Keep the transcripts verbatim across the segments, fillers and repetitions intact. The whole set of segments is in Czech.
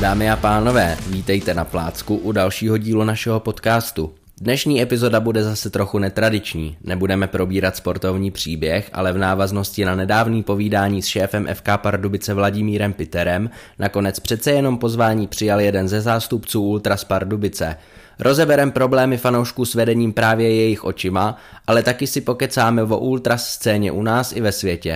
Dámy a pánové, vítejte na Plácku u dalšího dílu našeho podcastu. Dnešní epizoda bude zase trochu netradiční. Nebudeme probírat sportovní příběh, ale v návaznosti na nedávný povídání s šéfem F K Pardubice Vladimírem Pitterem nakonec přece jenom pozvání přijal jeden ze zástupců Ultras Pardubice. Rozeberem problémy fanoušků s vedením právě jejich očima, ale taky si pokecáme o ultras scéně u nás i ve světě.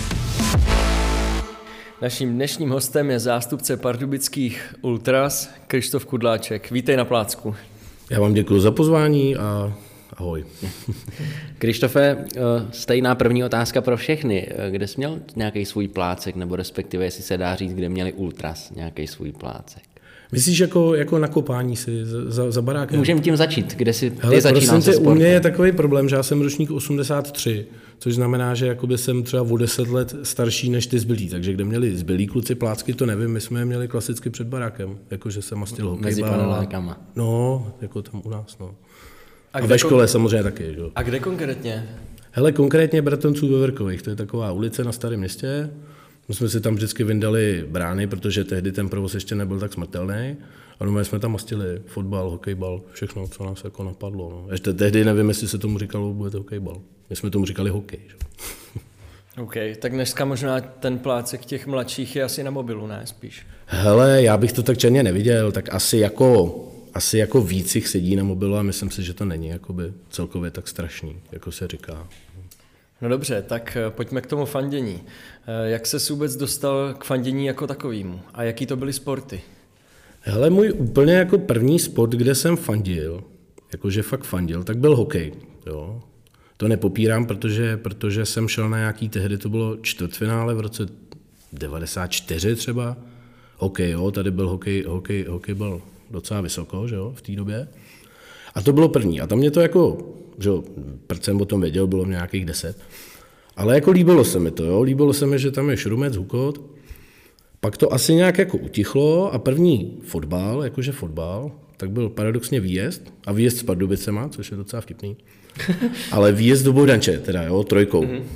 Naším dnešním hostem je zástupce pardubických ultras Krištof Kudláček. Vítej na Plácku. Já vám děkuji za pozvání a ahoj. Krištofe, stejná první otázka pro všechny. Kde jsi měl nějaký svůj plácek, nebo respektive, jestli se dá říct, kde měli ultras nějaký svůj plácek? Myslíš jako, jako nakopání si za, za barákem? Můžeme tím začít, kde si ty Hele, začínal se sportem. U mě je takový problém, že já jsem ročník osmdesát tři, což znamená, že jakoby jsem třeba o deset let starší než ty zbylí, takže kde měli zbylí kluci plácky, to nevím, my jsme je měli klasicky před barákem, jakože jsem mastil hokejbal. Mezi panelákama. No, jako tam u nás, no. A, a ve škole kon... samozřejmě taky, jo. A kde konkrétně? Hele, konkrétně Bratonců ve Verkových, to je taková ulice na Starém Městě. My jsme si tam vždycky vyndali brány, protože tehdy ten provoz ještě nebyl tak smrtelný. A my jsme tam mastili fotbal, hokejbal, všechno, co nás jako napadlo. No. Ještě tehdy nevím, jestli se tomu říkalo vůbec hokejbal. My jsme tomu říkali hokej. Že? OK, tak dneska možná ten plácek těch mladších je asi na mobilu, ne? Spíš. Hele, já bych to tak černě neviděl, tak asi jako, asi jako víc jich sedí na mobilu a myslím si, že to není jakoby celkově tak strašný, jako se říká. No dobře, tak pojďme k tomu fandění. Jak ses vůbec dostal k fandění jako takovému? A jaký to byly sporty? Hele, můj úplně jako první sport, kde jsem fandil, jakože fakt fandil, tak byl hokej. Jo. To nepopírám, protože, protože jsem šel na nějaký, tehdy to bylo čtvrtfinále v roce devadesát čtyři třeba. Hokej, jo, tady byl hokej, hokej, hokej byl docela vysoko, že jo, v té době. A to bylo první. A tam mě to jako, že jo, proč jsem o tom věděl, bylo mě nějakých deset. Ale jako líbilo se mi to, jo, líbilo se mi, že tam je šrumec, hukot. Pak to asi nějak jako utichlo a první fotbal, jakože fotbal, tak byl paradoxně výjezd a výjezd s Pardubicema, což je docela vtipný. Ale výjezd do Bohdanče, teda jo, trojkou. Mm-hmm.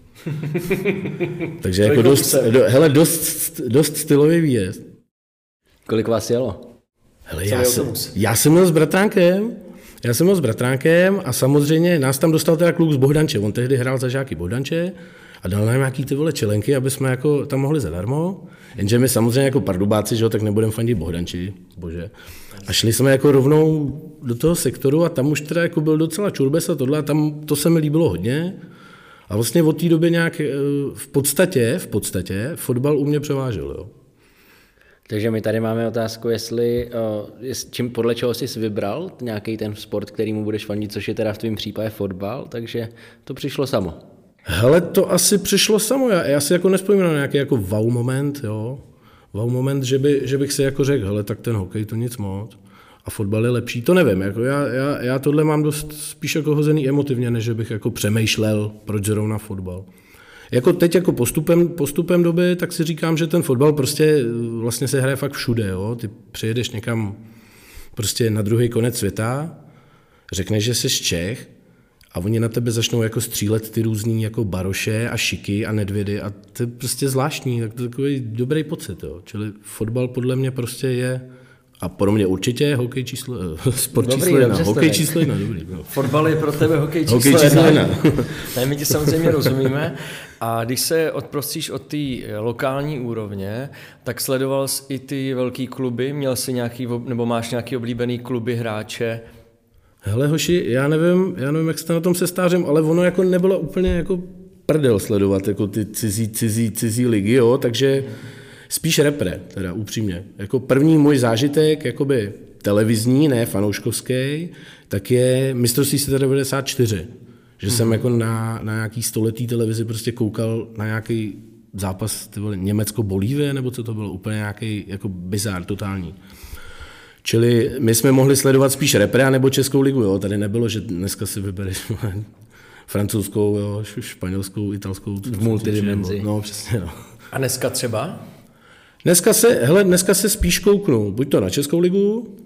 Takže jako dost, do, hele, dost, dost stylový výjezd. Kolik vás jelo? Hele, já, jsem, já jsem měl s bratránkem, já jsem měl s bratránkem a samozřejmě nás tam dostal teda kluk z Bohdanče, on tehdy hrál za žáky Bohdanče a dal nám nějaký ty vole čelenky, aby jsme jako tam mohli zadarmo. Jenže my samozřejmě jako Pardubáci, že jo, tak nebudeme fandit Bohdanči, bože. A šli jsme jako rovnou do toho sektoru a tam už teda jako byl docela čurbes a tohle a tam to se mi líbilo hodně. A vlastně od té doby nějak v podstatě, v podstatě fotbal u mě převážil, jo. Takže my tady máme otázku, jestli, čím, podle čeho jsi vybral nějaký ten sport, kterýmu budeš fandit, což je teda v tvém případě fotbal, takže to přišlo samo. Hele, to asi přišlo samo, já, já si jako nespomínám na nějaký jako wow moment, jo. Wow moment, že, by, že bych si jako řekl, hele, tak ten hokej to nic moc a fotbal je lepší, to nevím, jako já, já, já tohle mám dost spíš jako hozený emotivně, než bych jako přemýšlel, proč zrovna fotbal. Jako teď jako postupem, postupem doby, tak si říkám, že ten fotbal prostě vlastně se hraje fakt všude, jo. Ty přijedeš někam prostě na druhý konec světa, řekneš, že jsi z Čech, a oni na tebe začnou jako střílet ty různý jako baroše a šiky a nedvědy a to je prostě zvláštní, tak to je takový dobrý pocit, jo. Čili fotbal podle mě prostě je, a pro mě určitě hokej číslo, sport dobrý, číslo jedna, hokej číslo jedna, dobrý. No. Fotbal je pro tebe hokej číslo, hokej číslo jedna. jedna. Ne, my ti samozřejmě rozumíme a když se odprostíš od té lokální úrovně, tak sledoval jsi i ty velký kluby, měl jsi nějaký, nebo máš nějaký oblíbený kluby, hráče? Hele hoši, já nevím, já nevím, jak jste na tom sestářem, ale ono jako nebylo úplně jako prdel sledovat jako ty cizí, cizí, cizí ligy, jo, takže spíš repre, teda upřímně. Jako první můj zážitek, jakoby televizní, ne fanouškovský, tak je mistrovství světa devadesát čtyři, že hmm. jsem jako na, na nějaký stoletý televizi prostě koukal na nějaký zápas Německo-Bolívie, nebo co to bylo, úplně nějaký jako bizár totální. Čili my jsme mohli sledovat spíš repre nebo Českou ligu, jo. Tady nebylo, že dneska si vybereš francouzskou, jo, španělskou, italskou. V multidimenzi. No, přesně, no. A dneska třeba? Dneska se, hele, dneska se spíš kouknu, buď to na Českou ligu,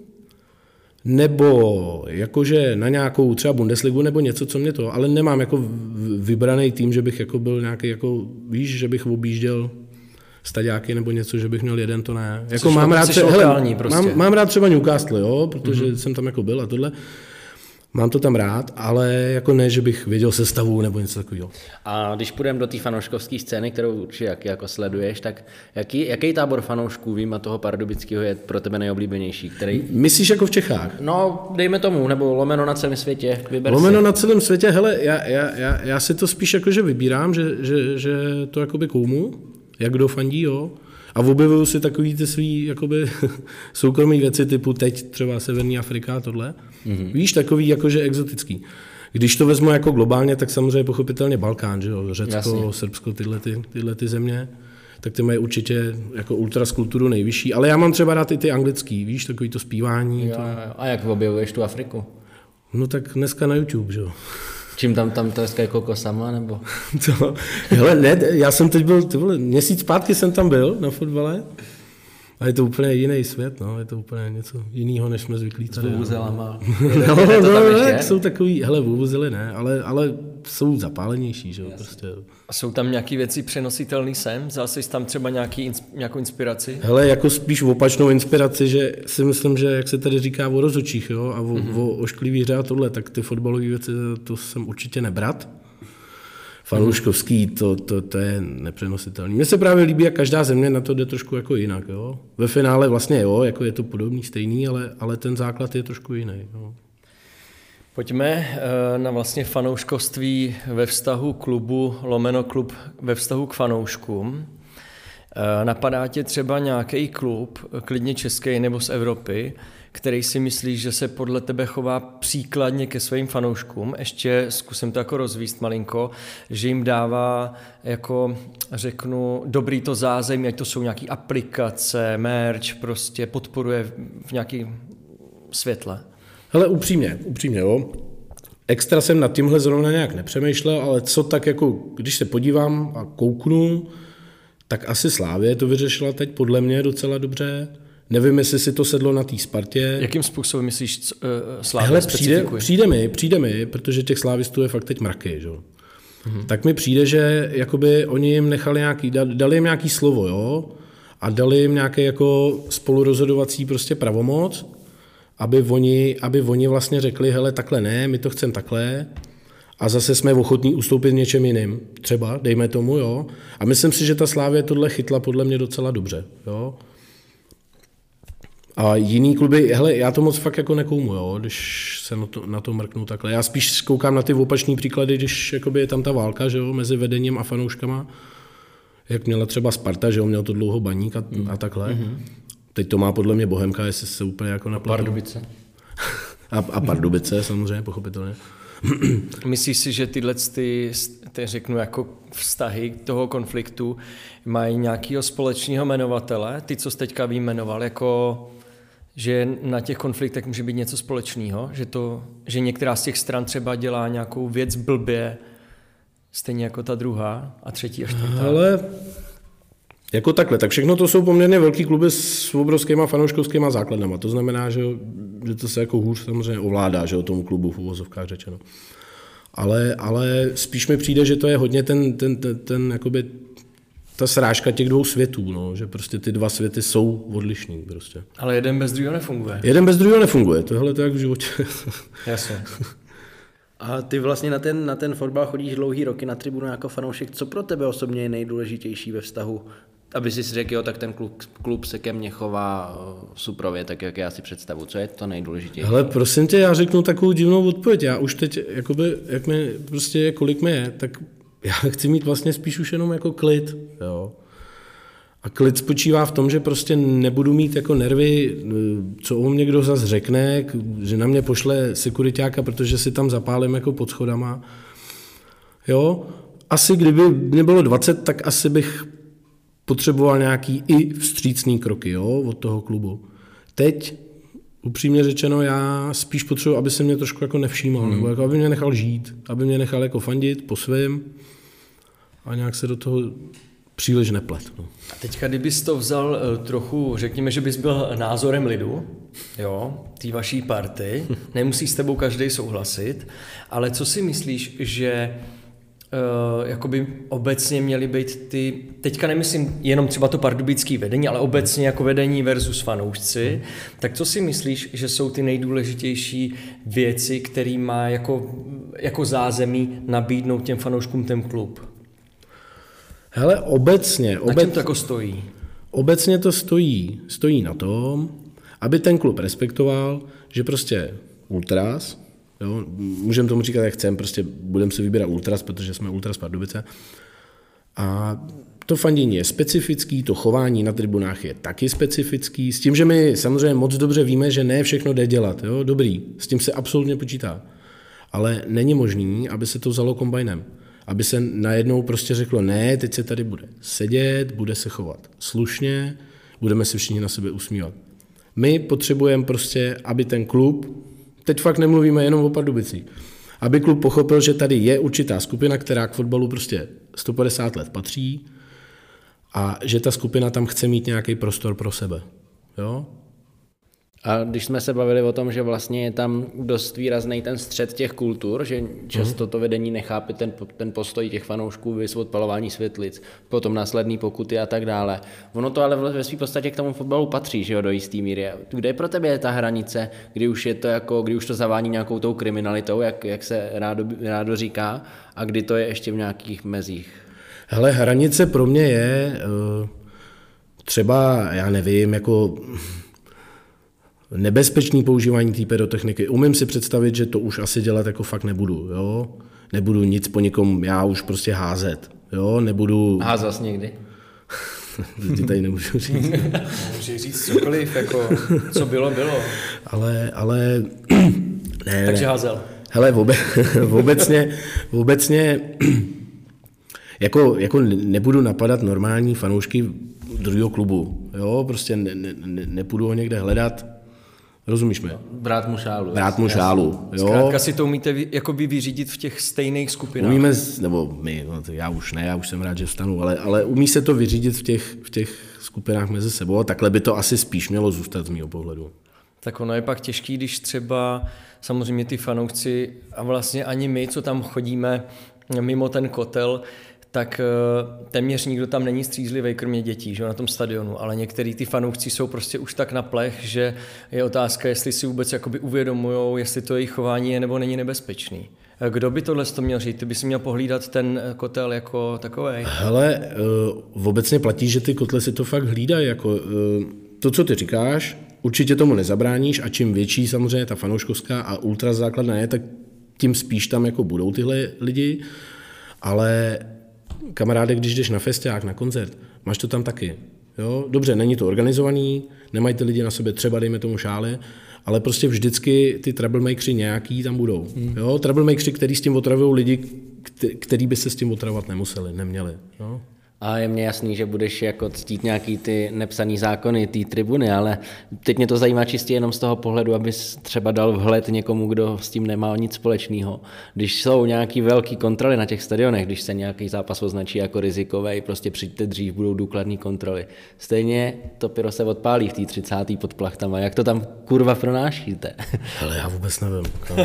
nebo jakože na nějakou třeba Bundesligu nebo něco, co mě to, ale nemám jako vybraný tým, že bych jako byl nějaký, jako, víš, že bych objížděl staďáky nebo něco, že bych měl jeden, to ne. Jako Což mám rád, jsi hele, lokální prostě. mám, mám rád třeba Newcastle, jo, protože mm-hmm. jsem tam jako byl a tohle. Mám to tam rád, ale jako ne, že bych věděl sestavu nebo něco takového. A když půjdeme do té fanouškovské scény, kterou určitě jak, jako sleduješ, tak jaký, jaký tábor fanoušků vyjma toho pardubického je pro tebe nejoblíbenější? Který... Myslíš jako v Čechách? No, dejme tomu, nebo lomeno na celém světě, vyber Lomeno si. na celém světě, hele, já, já, já, já si to spíš jakože vybírám, že, že, že to jakoby koumu, jak kdo fandí, jo. A objevuju si takový ty svý jakoby soukromý věci typu teď třeba Severní Afrika a tohle. Mm-hmm. Víš, takový jakože exotický. Když to vezmu jako globálně, tak samozřejmě pochopitelně Balkán, že jo, Řecko, Jasně. Srbsko, tyhle, ty, tyhle ty země, tak ty mají určitě jako ultraskulturu nejvyšší, ale já mám třeba rád i ty anglický, víš, takový to zpívání. Jo, to... jo. A jak objevuješ tu Afriku? No tak dneska na YouTube, že jo. Čím tam tam to je kokosama, nebo? To, hele, ne, já jsem teď byl, byl, měsíc zpátky jsem tam byl na fotbale a je to úplně jiný svět, no, je to úplně něco jiného, než jsme zvyklí tady. S vuvuzelama. No, no, no, no jsou takový, hele, vuvuzely ne, ale, ale jsou zapálenější, že jo, prostě. A jsou tam nějaké věci přenositelný sem? Vzal jsi tam třeba nějaký, nějakou inspiraci? Hele, jako spíš opačnou inspiraci, že si myslím, že jak se tady říká o rozhodčích, jo, a o, mm-hmm. o ošklivý hře a tohle, tak ty fotbalové věci, to jsem určitě nebrat. Fanouškovský, to, to, to je nepřenositelný. Mně se právě líbí, jak každá země na to jde trošku jako jinak. Jo. Ve finále vlastně jo, jako je to podobný, stejný, ale, ale ten základ je trošku jiný. Jo. Pojďme na vlastně fanouškovství ve vztahu klubu, lomeno klub ve vztahu k fanouškům. Napadá tě třeba nějaký klub, klidně český nebo z Evropy, který si myslíš, že se podle tebe chová příkladně ke svým fanouškům? Ještě zkusím to jako rozvíst malinko, že jim dává jako, řeknu, dobrý to zázemí, ať to jsou nějaké aplikace, merch, prostě podporuje v nějaký světle. Hele, upřímně, upřímně, jo. Extra jsem nad tímhle zrovna nějak nepřemýšlel, ale co tak jako, když se podívám a kouknu, tak asi Slávě to vyřešila teď podle mě docela dobře. Nevím, jestli si to sedlo na té Spartě. Jakým způsobem myslíš uh, Slávě? Hele, přijde, přijde mi, přijde mi, protože těch slávistů je fakt teď mraky, že? Mhm. Tak mi přijde, že jakoby oni jim nechali nějaký, dali jim nějaký slovo, jo? A dali jim nějaký jako spolurozhodovací prostě pravomoc, aby oni, aby oni vlastně řekli, hele, takhle ne, my to chceme takhle, a zase jsme ochotní ustoupit něčem jiným, třeba, dejme tomu, jo. A myslím si, že ta Slávě tohle chytla podle mě docela dobře, jo. A jiný kluby, hele, já to moc fakt jako nekoumu, jo, když se na to, na to mrknu takhle. Já spíš koukám na ty opačný příklady, když jakoby je tam ta válka, že jo, mezi vedením a fanouškama, jak měla třeba Sparta, že jo, měl to dlouho Baník a, a takhle. Mm-hmm. Teď to má podle mě Bohemka, jestli se úplně jako naplatil. Pardubice. A, a Pardubice samozřejmě, pochopitelně. Myslíš si, že tyhle ty, ty řeknu jako vztahy toho konfliktu mají nějakého společného jmenovatele? Ty, co jsi teďka vyjmenoval, jako že na těch konfliktech může být něco společného? Že, to, že některá z těch stran třeba dělá nějakou věc blbě, stejně jako ta druhá a třetí a čtvrtá? Ale jako takhle, tak všechno to jsou poměrně velký kluby s obrovskýma fanouškovskýma základnama. To znamená, že, že to se jako hůř samozřejmě ovládá, že o tomu klubu v uvozovkách řečeno. Ale, ale spíš mi přijde, že to je hodně ten, ten, ten, ten jakoby, ta srážka těch dvou světů, no, že prostě ty dva světy jsou odlišný prostě. Ale jeden bez druhého nefunguje. Jeden bez druhého nefunguje, tohle to jak v životě. Jasně. A ty vlastně na ten, na ten fotbal chodíš dlouhý roky na tribunu jako fanoušek. Co pro tebe osobně je nejdůležitější ve vztahu, aby si řekl, jo, tak ten klub, klub se ke mně chová suprově, tak jak já si představu. Co je to nejdůležitější? Hele, prosím tě, já řeknu takovou divnou odpověď. Já už teď, jakoby, jak mi prostě je, kolik mi je, tak já chci mít vlastně spíš už jenom jako klid, jo. A klid spočívá v tom, že prostě nebudu mít jako nervy, co o mě kdo zas řekne, že na mě pošle sekuriťáka, protože si tam zapálím jako pod schodama. Jo, asi kdyby mě bylo dvacet, tak asi bych potřeboval nějaký i vstřícný kroky, jo, od toho klubu. Teď, upřímně řečeno, já spíš potřebuji, aby se mě trošku jako nevšímal, hmm. nebo jako aby mě nechal žít, aby mě nechal jako fandit po svém a nějak se do toho příliš neplet. No. A teďka, kdybys to vzal uh, trochu, řekněme, že bys byl názorem lidu, jo, té vaší party, nemusí s tebou každý souhlasit, ale co si myslíš, že Uh, jakoby obecně měly být ty, teďka nemyslím jenom třeba to pardubický vedení, ale obecně jako vedení versus fanoušci, tak co si myslíš, že jsou ty nejdůležitější věci, které má jako, jako zázemí nabídnout těm fanouškům ten klub? Hele, obecně... Obec... Na čem to jako stojí? Obecně to stojí, stojí na tom, aby ten klub respektoval, že prostě ultras, jo, můžeme tomu říkat, jak chceme, prostě budeme si vybírat ultras, protože jsme ultras Pardubice. A to fandění je specifický, to chování na tribunách je taky specifický, s tím, že my samozřejmě moc dobře víme, že ne všechno jde dělat, jo, dobrý, s tím se absolutně počítá. Ale není možný, aby se to vzalo kombajnem. Aby se najednou prostě řeklo, ne, teď se tady bude sedět, bude se chovat slušně, budeme se všichni na sebe usmívat. My potřebujeme prostě, aby ten klub, teď fakt nemluvíme jenom o Pardubicích, aby klub pochopil, že tady je určitá skupina, která k fotbalu prostě sto padesát let patří a že ta skupina tam chce mít nějaký prostor pro sebe. Jo? A když jsme se bavili o tom, že vlastně je tam dost výrazný ten střed těch kultur, že často to vedení nechápe ten, ten postoj těch fanoušků, vys odpalování světlic, potom následný pokuty a tak dále. Ono to ale ve své podstatě k tomu fotbalu patří, že jo, do jistý míry. Kde je pro tebe je ta hranice, kdy už je to jako, kdy už to zavání nějakou tou kriminalitou, jak, jak se rádo, rádo říká, a kdy to je ještě v nějakých mezích? Hele, hranice pro mě je uh, třeba, já nevím, jako nebezpečný používání té pyrotechniky. Umím si představit, že to už asi dělat jako fakt nebudu, jo? Nebudu nic po někom, já už prostě házet, jo? Nebudu... Házal jsi někdy? Ty tady nemůžu říct. Můžeš říct cokoliv, jako co bylo, bylo. Ale, ale... ne, Takže ne. házel. Hele, vobe, obecně, obecně jako, jako nebudu napadat normální fanoušky druhého klubu, jo? Prostě ne, ne, ne, nepůjdu ho někde hledat. Rozumíš mi? Brát mu šálu. Brát mu šálu, jo. Zkrátka si to umíte vy, jakoby vyřídit v těch stejných skupinách. Umíme, nebo my, no, já už ne, já už jsem rád, že vstanu, ale, ale umí se to vyřídit v těch, v těch skupinách mezi sebou a takhle by to asi spíš mělo zůstat z mého pohledu. Tak ono je pak těžký, když třeba samozřejmě ty fanoušci a vlastně ani my, co tam chodíme mimo ten kotel, tak téměř nikdo tam není střízlivý, kromě dětí, že, na tom stadionu, ale některý ty fanoušci jsou prostě už tak na plech, že je otázka, jestli si vůbec jakoby uvědomujou, jestli to jejich chování je nebo není nebezpečný. Kdo by tohle to měl říct? Ty by si měl pohlídat ten kotel jako takovej? Hele, uh, obecně platí, že ty kotle si to fakt hlídají. Jako, uh, to, co ty říkáš, určitě tomu nezabráníš a čím větší samozřejmě ta fanouškovská a ultra základna je, tak tím spíš tam jako budou tyhle lidi, ale kamaráde, když jdeš na festiák, na koncert, máš to tam taky. Jo? Dobře, není to organizovaný, nemají ty lidi na sobě třeba, dejme tomu šály, ale prostě vždycky ty troublemakeri nějaký tam budou. Hmm. Jo? Troublemakeri, který s tím otravují lidi, který by se s tím otravovat nemuseli, neměli. Jo? A je mně jasný, že budeš jako ctít nějaký ty nepsaný zákony, ty tribuny, ale teď mě to zajímá čistě jenom z toho pohledu, abys třeba dal vhled někomu, kdo s tím nemá nic společného. Když jsou nějaký velký kontroly na těch stadionech, když se nějaký zápas označí jako rizikový, prostě přijďte dřív, budou důkladné kontroly. Stejně to pyro se odpálí v té třicáté pod plachtama. Jak to tam kurva pronášíte? Ale já vůbec nevím.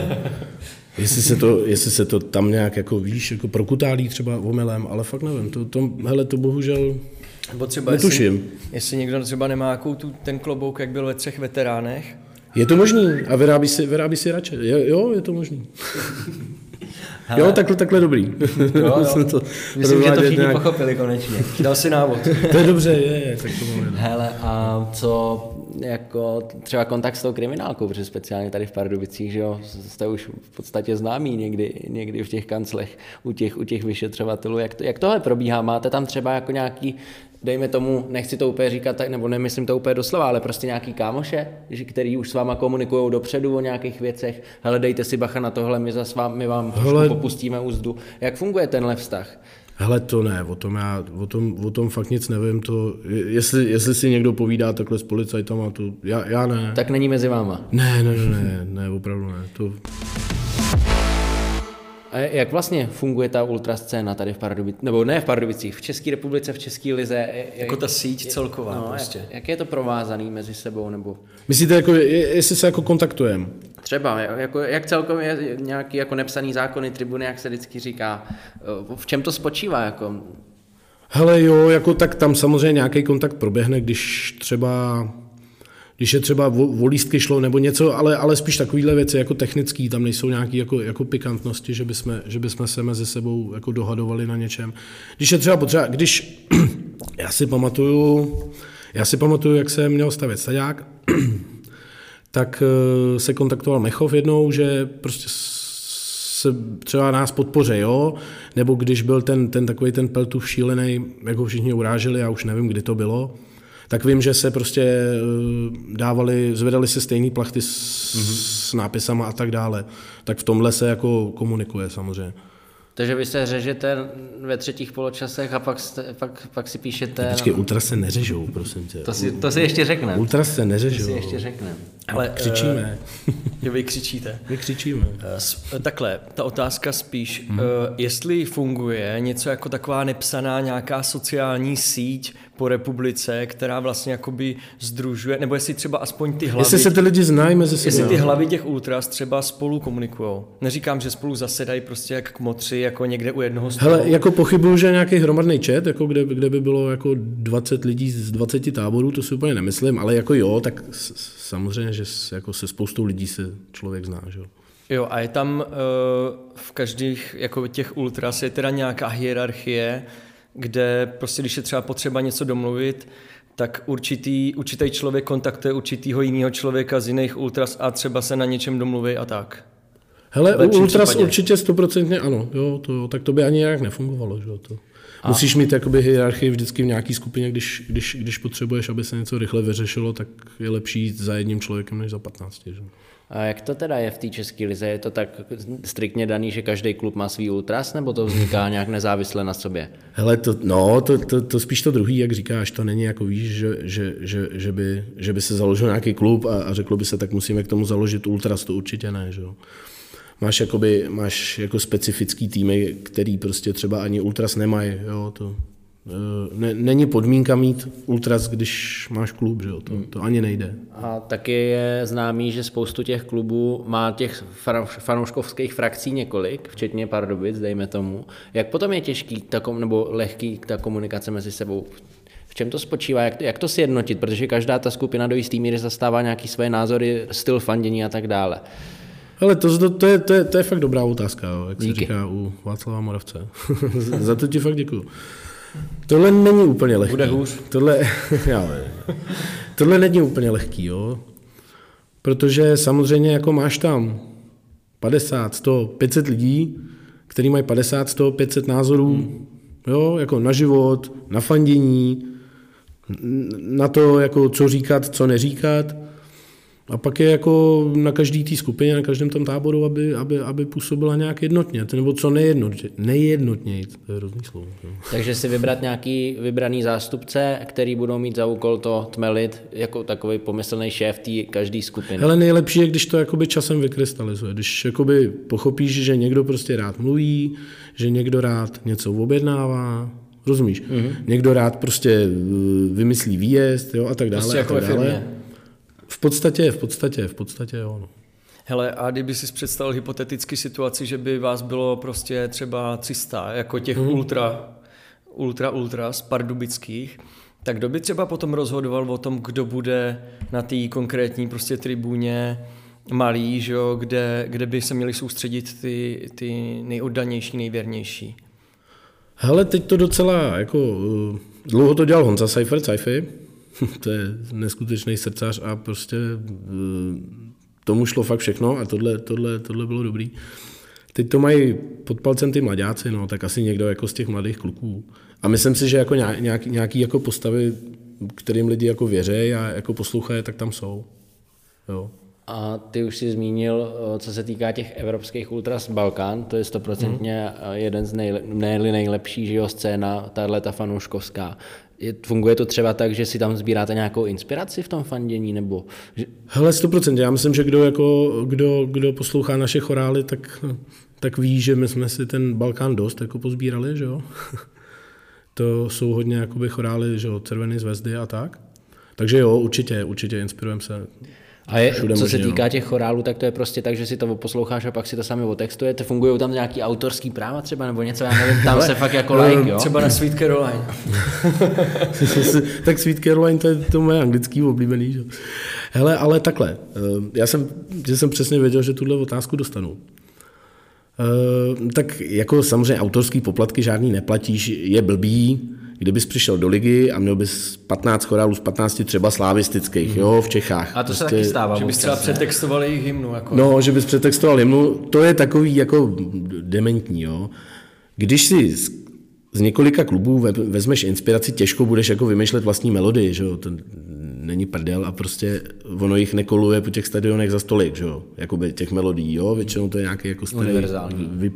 Jestli se, to, jestli se to tam nějak jako víš, jako prokutálí třeba omylem, ale fakt nevím, to, to, hele, to bohužel Nebo třeba netuším. Jestli, jestli někdo třeba nemá jakou tu, ten klobouk, jak byl ve třech veteránech. Je to možný a vyrábí si, vyrábí si radši. Jo, je to možný. Hele. Jo, takhle, takhle dobrý. Jo, jo. to Myslím, že to všichni nějak... pochopili konečně. Dal si návod. To je dobře, je, je tak to máme. Hele, a co jako třeba kontakt s tou kriminálkou, protože speciálně tady v Pardubicích, že jo, jste už v podstatě známí někdy, někdy v těch kanclech u těch, u těch vyšetřovatelů. Jak, to, jak tohle probíhá? Máte tam třeba jako nějaký, dejme tomu, nechci to úplně říkat, nebo nemyslím to úplně doslova, ale prostě nějaký kámoše, který už s váma komunikují dopředu o nějakých věcech. Hele, dejte si bacha na tohle, my, za s vám, my vám Hele. popustíme úzdu. Jak funguje tenhle vztah? Hele, to ne, o tom já o tom, o tom fakt nic nevím. To, jestli, jestli si někdo povídá takhle s policajtama, to já, já ne. Tak není mezi váma? Ne, ne, ne, ne, ne opravdu ne. To... A jak vlastně funguje ta ultrascéna tady v Pardubicích, nebo ne v Pardubicích, v České republice, v České lize? Jako ta síť celková no, prostě. Jak, jak je to provázaný mezi sebou? Nebo... Myslíte, jako, jestli se jako kontaktujeme? Třeba, jako, jak celkově nějaký jako nepsaný zákony, tribuny, jak se vždycky říká, v čem to spočívá? Jako? Hele jo, jako tak tam samozřejmě nějaký kontakt proběhne, když třeba, když je třeba o lístky šlo nebo něco, ale, ale spíš takovýhle věci jako technický, tam nejsou nějaké jako, jako pikantnosti, že bychom, že bychom se mezi sebou jako dohadovali na něčem. Když je třeba potřeba, když, já si pamatuju, já si pamatuju, jak jsem měl stavět staďák, tak se kontaktoval Mechov jednou, že prostě se třeba nás podpoře, jo, nebo když byl ten, ten takový ten Peltův šílený, jak ho všichni uráželi, já už nevím, kdy to bylo, tak vím, že se prostě dávali, zvedali se stejný plachty s, mm-hmm. s nápisama a tak dále. Tak v tomhle se jako komunikuje samozřejmě. Takže vy se řežete ve třetích poločasech a pak, jste, pak, pak si píšete... Počkej, ultras se neřežou, prosím tě. To si, to si ještě řekneme. Ultras se neřežou. To si ještě řekneme. Ale křičíme. Uh, vy křičíte. Vy křičíme. Uh, takhle, ta otázka spíš, hmm. uh, jestli funguje něco jako taková nepsaná nějaká sociální síť po republice, která vlastně jakoby sdružuje, nebo jestli třeba aspoň ty hlavy... Jestli se ty lidi znají mezi sebou. Jestli ty hlavy těch ultras třeba spolu komunikujou. Neříkám, že spolu zasedají prostě jak kmotři, jako někde u jednoho stolu. Hele, jako pochybuju, že nějaký hromadný chat, jako kde, kde by bylo jako dvacet lidí z dvaceti táborů, to si úplně nemyslím, ale jako jo, tak samozřejmě, že jako se spoustou lidí se člověk zná, že jo. Jo, a je tam uh, v každých jako těch ultras je teda nějaká hierarchie, kde prostě, když je třeba potřeba něco domluvit, tak určitý, určitý člověk kontaktuje určitýho jiného člověka z jiných ultras a třeba se na něčem domluví a tak. Hele, u ultras případě. Určitě stoprocentně ano, jo, to, tak to by ani nějak nefungovalo. Že? To. Musíš mít jakoby hierarchii vždycky v nějaké skupině, když, když, když potřebuješ, aby se něco rychle vyřešilo, tak je lepší jít za jedním člověkem než za patnácti. Že? A jak to teda je v té české lize? Je to tak striktně daný, že každý klub má svý ultras, nebo to vzniká nějak nezávisle na sobě? Hele, to, no, to, to, to spíš to druhý, jak říkáš, to není jako víš, že, že, že, že, by, že by se založil nějaký klub a, a řeklo by se, tak musíme k tomu založit ultras, to určitě ne, že jo. Máš, jakoby, máš jako specifický týmy, který prostě třeba ani ultras nemají, jo, to ne, není podmínka mít ultras, když máš klub, že jo, to, to ani nejde. A taky je známý, že spoustu těch klubů má těch fanouškovských frakcí několik, včetně Pardubic, dejme tomu. Jak potom je těžký takom, nebo lehký ta komunikace mezi sebou? V čem to spočívá, jak to, jak to sjednotit, protože každá ta skupina do jistý míry zastává nějaký své názory, styl fandění a tak dále. Ale to, to, to, je, to, je, to je fakt dobrá otázka, jo, jak Díky. se říká u Václava Moravce. Za to ti fakt děkuju. Tohle není úplně lehký. Bude hůř. Tohle, já, tohle není úplně lehký, jo. Protože samozřejmě jako máš tam padesát, sto, pět set lidí, který mají padesát, sto, pět set názorů, hmm. jo, jako na život, na fandění, na to, jako co říkat, co neříkat. A pak je jako na každý té skupině, na každém tom táboru, aby, aby, aby působila nějak jednotně, nebo co nejednotně, nejjednotněji, to je hrozný slovo. No. Takže si vybrat nějaký vybraný zástupce, který budou mít za úkol to tmelit jako takový pomyslný šéf té každé skupiny. Ale nejlepší je, když to jakoby časem vykrystalizuje, když jakoby pochopíš, že někdo prostě rád mluví, že někdo rád něco objednává, rozumíš? Mm-hmm. Někdo rád prostě vymyslí výjezd, jo, a tak dále. Prostě jako a tak dále. firmě. V podstatě, v podstatě, v podstatě, jo. No. Hele, a kdyby si představil hypoteticky situaci, že by vás bylo prostě třeba tři sta, jako těch mm. ultra, ultra, ultra z pardubických, tak kdo by třeba potom rozhodoval o tom, kdo bude na té konkrétní prostě tribuně malý, že jo, kde, kde by se měli soustředit ty, ty nejoddanější, nejvěrnější? Hele, teď to docela, jako, dlouho to dělal Honza Seifert, Seifi, to je neskutečný srdcař a prostě tomu šlo fakt všechno a tohle, tohle, tohle bylo dobrý. Teď to mají pod palcem ty mladáci, no, tak asi někdo jako z těch mladých kluků. A myslím si, že jako nějaký, nějaký jako postavy, kterým lidi jako věří a jako poslouchají, tak tam jsou. Jo. A ty už si zmínil, co se týká těch evropských ultras Balkán, to je stoprocentně mm. jeden z nej, nejli nejlepší, že jo, scéna, tahle ta fanouškovská. Je, funguje to třeba tak, že si tam sbíráte nějakou inspiraci v tom fandění, nebo? Hele, sto procent. Já myslím, že kdo, jako, kdo, kdo poslouchá naše chorály, tak, tak ví, že my jsme si ten Balkán dost jako pozbírali, že jo. To jsou hodně jakoby chorály, že jo, Červené zvezdy a tak. Takže jo, určitě, určitě inspirujeme se. A je, co možně, se týká no. těch chorálů, tak to je prostě tak, že si to posloucháš a pak si to sami otextujete. Fungují tam nějaký autorský práva třeba nebo něco, já nevím, tam se fakt jako like, jo? Třeba na Sweet Caroline. Tak Sweet Caroline, to je to moje anglický oblíbený. Že? Hele, ale takhle, já jsem, že jsem přesně věděl, že tuhle otázku dostanu. Uh, tak jako samozřejmě autorský poplatky žádný neplatíš, je blbý, kdybys přišel do ligy a měl bys patnáct chorálů z patnácti třeba slavistických, mm. jo, v Čechách. A to prostě, se taky stává. Že bys třeba přetextoval jejich hymnu. Jako. No, že bys přetextoval hymnu, to je takový jako dementní, jo. Když si z, z několika klubů vezmeš inspiraci, těžko budeš jako vymýšlet vlastní melodii, že jo, to není prdel a prostě ono jich nekoluje po těch stadionech za stolik, že jo, jakoby těch melodií, jo, většinou to je nějaký jako starý, vy,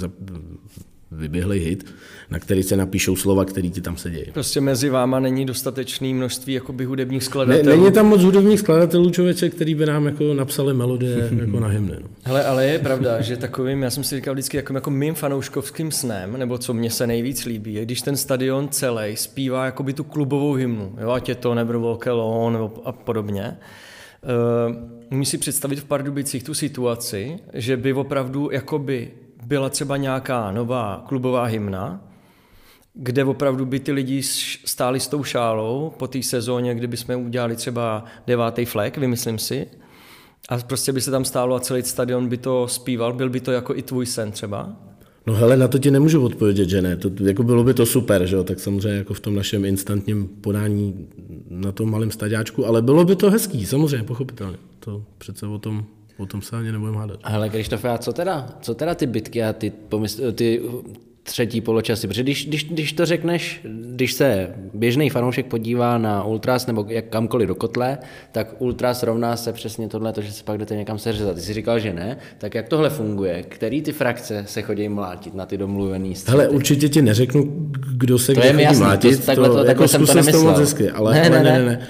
vyběhlej hit, na který se napíšou slova, který ti tam sedějí. Prostě mezi váma není dostatečné množství jakoby hudebních skladatelů. Ne, není tam moc hudebních skladatelů, člověče, který by nám jako napsali melodie jako na hymny. No. Hele, ale je pravda, že takovým, já jsem si říkal vždycky jako, jako mým fanouškovským snem, nebo co mně se nejvíc líbí, je, když ten stadion celý zpívá jakoby tu klubovou hymnu, jo, ať je to Never Walk Alone nebo a podobně. Uh, Umíš si představit v Pardubicích tu situaci, že by opravdu jakoby byla třeba nějaká nová klubová hymna, kde opravdu by ty lidi stáli s tou šálou po té sezóně, kdyby jsme udělali třeba devátý flek, vymyslím si, a prostě by se tam stálo a celý stadion by to zpíval, byl by to jako i tvůj sen třeba? No hele, na to ti nemůžu odpovědět, že ne. To, jako bylo by to super, že jo? Tak samozřejmě jako v tom našem instantním podání na tom malém staďáčku, ale bylo by to hezký, samozřejmě, pochopitelně. To přece o tom, o tom se ani nebudeme hádat. Ale Krištofe, a co teda? Co teda ty bitky a ty, pomysl, ty třetí poločasy? Protože když, když, když to řekneš, když se běžný fanoušek podívá na Ultras nebo jak kamkoliv do kotle, tak Ultras rovná se přesně tohle, to, že se pak jdete někam seřezat. Ty jsi říkal, že ne, tak jak tohle funguje? Který ty frakce se chodí mlátit na ty domluvený střety? Hele, určitě ti neřeknu, kdo se to kde je mi chodí jasný, mlátit. To, takhle, to, takhle jako jsem to nemyslel. Hezky, ale, ne, ale ne, ne, ne. ne. ne.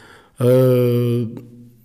Uh,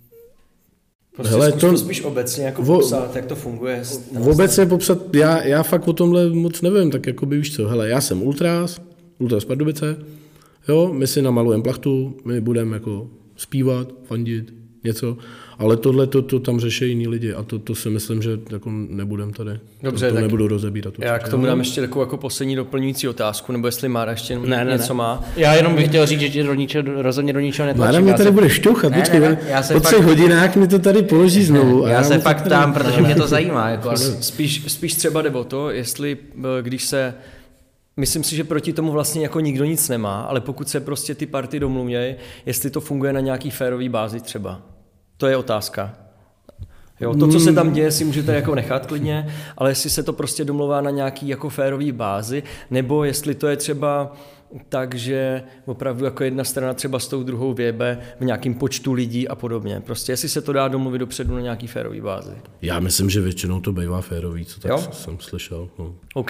Prostě hele, to spíš obecně jako vo, popsat, jak to funguje. Obecně popsat, já, já fakt o tomhle moc nevím, tak jako by víš co, hele, já jsem Ultras, Ultras Pardubice, jo, my si namalujeme plachtu, my budeme jako zpívat, fandit, něco, ale tohle to, to tam řeší jiní lidi a to, to si myslím, že jako nebudem tady. Dobře, to, to nebudu rozebírat. Já k tomu dám ještě takovou jako poslední doplňující otázku, nebo jestli Mára ještě ne, ne, něco ne. má. Já jenom bych chtěl říct, že ti do ničeho, rozhodně do ničeho netlačím. Mára mě tady se... bude šťouchat, počkej, ne, ne, po třech fakt... hodinách mi to tady položí znovu. Já, já se fakt ptám, protože mě to zajímá. Jako spíš, spíš třeba jde o to, jestli když se myslím si, že proti tomu vlastně jako nikdo nic nemá, ale pokud se prostě ty party domluvějí, jestli to funguje na nějaký férový bázi třeba. To je otázka. Jo, to, co se tam děje, si můžete jako nechat klidně, ale jestli se to prostě domluvá na nějaký jako férový bázi, nebo jestli to je třeba tak, že opravdu jako jedna strana třeba s tou druhou vyjebe v nějakém počtu lidí a podobně. Prostě jestli se to dá domluvit dopředu na nějaký férový bázi. Já myslím, že většinou to bývá férový, co tak jo? jsem slyšel. No. OK.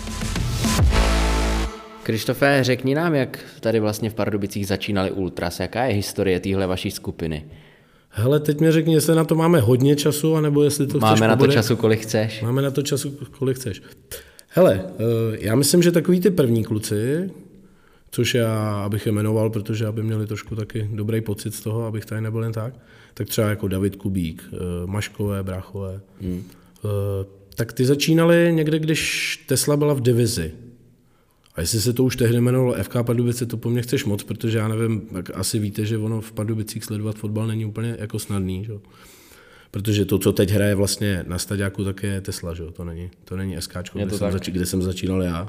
Krištofe, řekni nám, jak tady vlastně v Pardubicích začínali Ultras, jaká je historie téhle vaší skupiny? Hele, teď mi řekni, jestli na to máme hodně času, anebo jestli to máme chceš na to pobude. času, kolik chceš. Máme na to času, kolik chceš. Hele, já myslím, že takový ty první kluci, což já, abych je jmenoval, protože aby měli trošku taky dobrý pocit z toho, abych tady nebyl jen tak, tak třeba jako David Kubík, Maškové, Bráchové, hmm. tak ty začínali někde, když Tesla byla v divizi. A jestli se to už tehdy jmenovalo F K Pardubice, to po mně chceš moc, protože já nevím, jak asi víte, že ono v Pardubicích sledovat fotbal není úplně jako snadný, že? Protože to, co teď hraje vlastně na staďáku, tak je Tesla, že? To není, to není SKčko, kde, jsem zač- kde jsem začínal já.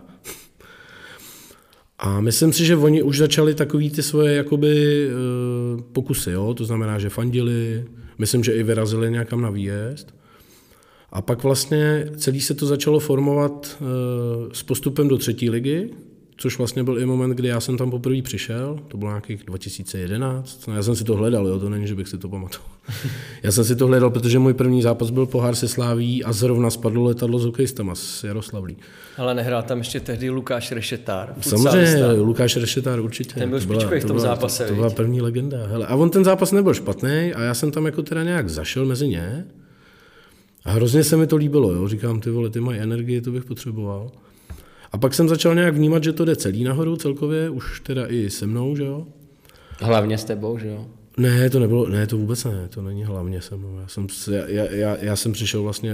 A myslím si, že oni už začali takový ty svoje jakoby uh, pokusy, jo? To znamená, že fandili, myslím, že i vyrazili nějakam na výjezd. A pak vlastně celý se to začalo formovat uh, s postupem do třetí ligy, což vlastně byl i moment, kdy já jsem tam poprvé přišel, to bylo nějakých dva tisíce jedenáct, no, já jsem si to hledal, jo, to není, že bych si to pamatoval. Já jsem si to hledal, protože můj první zápas byl pohár se Sláví a zrovna spadlo letadlo s hokejistama z Jaroslavlí. Ale nehrál tam ještě tehdy Lukáš Rešetár. Samozřejmě, Lukáš Rešetár určitě. Ten byl špičkový v tom zápase. To, to byla první legenda. Hele, a on ten zápas nebyl špatný a já jsem tam jako teda nějak zašel mezi ně. A hrozně se mi to líbilo, jo. Říkám, ty vole, ty mají energii, to bych potřeboval. A pak jsem začal nějak vnímat, že to jde celý nahoru celkově, už teda i se mnou, že jo. Hlavně s tebou, že jo. Ne, to nebylo, ne, to vůbec ne, to není hlavně se mnou. Já jsem, já, já, já jsem přišel vlastně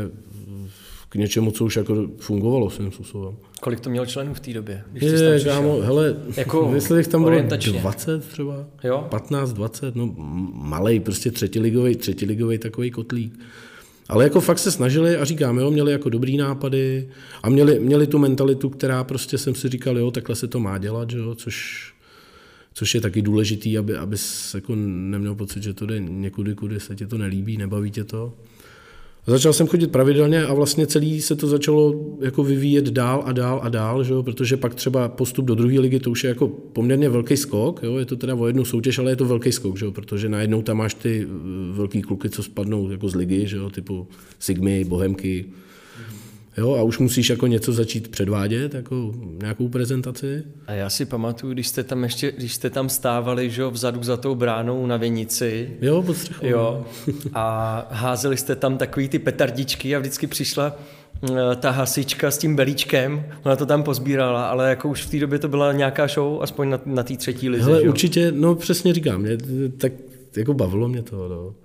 k něčemu, co už jako fungovalo svým způsobem. Kolik to mělo členů v té době? Když je, kámo, hele, jako jestli tam bylo dvacet třeba, jo? patnáct, dvacet, no malej, prostě třetiligový, třetiligový takový kotlík. Ale jako fakt se snažili a říkám, jo, měli jako dobrý nápady a měli, měli tu mentalitu, která prostě jsem si říkal, jo, takhle se to má dělat, jo, což, což je taky důležitý, aby, aby jako neměl pocit, že to jde někudy, kudy se ti to nelíbí, nebaví tě to. Začal jsem chodit pravidelně a vlastně celý se to začalo jako vyvíjet dál a dál a dál, že jo? Protože pak třeba postup do druhé ligy, to už je jako poměrně velký skok, jo? Je to teda o jednu soutěž, ale je to velký skok, že jo? Protože najednou tam máš ty velký kluky, co spadnou jako z ligy, že jo? Typu Sigmy, Bohemky. Jo, a už musíš jako něco začít předvádět, jako nějakou prezentaci. A já si pamatuju, když jste tam ještě, když jste tam stávali, že jo, vzadu za tou bránou na Vinici. Jo, pod střechou. Jo. A házeli jste tam takový ty petardičky a vždycky přišla ta hasička s tím belíčkem, ona to tam pozbírala, ale jako už v té době to byla nějaká show, aspoň na, na té třetí lize. Hele, že jo? určitě, no přesně říkám, mě, tak jako bavilo mě to, no.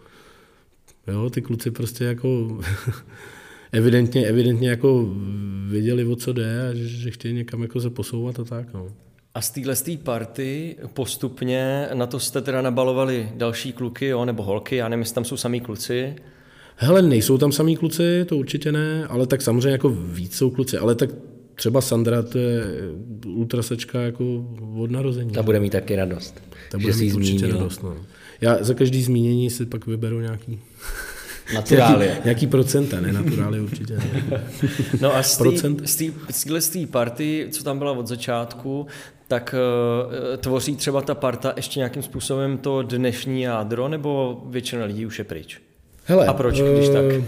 Jo, ty kluci prostě jako evidentně, evidentně jako věděli, o co jde a že, že chtějí někam jako se posouvat a tak, no. A z téhle party postupně na to jste teda nabalovali další kluky, jo, nebo holky, já nevím, jestli tam jsou samý kluci. Hele, nejsou tam samý kluci, to určitě ne, ale tak samozřejmě jako víc jsou kluci, ale tak třeba Sandra, to je ultrasečka jako od narození. Ta bude mít taky radost. Ta bude mít určitě radost, no. Já za každý zmínění si pak vyberu nějaký naturálie. Nějaký, nějaký procenta, ne naturálie určitě. Ne. No a z téhle party, co tam byla od začátku, tak uh, tvoří třeba ta parta ještě nějakým způsobem to dnešní jádro, nebo většina lidí už je pryč? Hele, a proč, když uh, tak?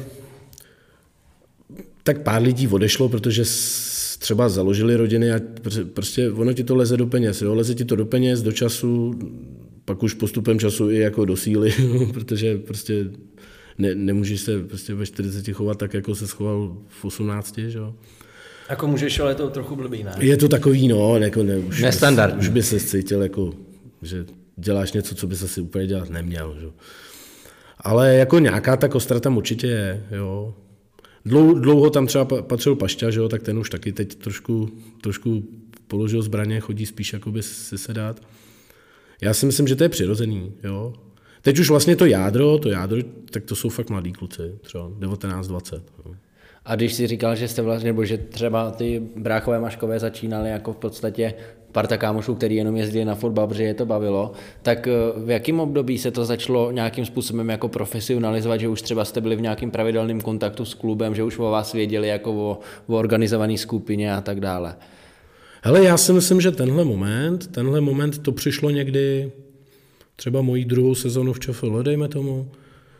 Tak pár lidí odešlo, protože třeba založili rodiny a prostě ono ti to leze do peněz, jo? Leze ti to do peněz, do času, pak už postupem času i jako do síly, protože prostě ne, nemůžeš se prostě ve čtyřiceti chovat tak, jako se schoval v osmnácti, že jo? Jako můžeš, ale je to trochu blbý, ne? Je to takový, no, jako ne, už, nestandardní. Už by se cítil, jako, že děláš něco, co bys asi úplně dělat neměl, že? Ale jako nějaká ta kostra tam určitě je, jo. Dlouho, dlouho tam třeba patřil Pašťa, že jo, tak ten už taky teď trošku, trošku položil zbraně, chodí spíš jakoby si sedat. Já si myslím, že to je přirozený, jo. Teď už vlastně to jádro, to jádro, tak to jsou fakt mladí kluci, třeba devatenáct dvacet. Jo. A když si říkal, že jste vlastně, nebo že třeba ty bráchové Maškové začínali jako v podstatě parta kámošů, který jenom jezdili na fotbal, protože je to bavilo, tak v jakém období se to začalo nějakým způsobem jako profesionalizovat, že už třeba jste byli v nějakém pravidelném kontaktu s klubem, že už o vás věděli jako o, o organizované skupině a tak dále? Hele, já si myslím, že tenhle moment, tenhle moment to přišlo někdy třeba mojí druhou sezonu v ČFL, dejme tomu,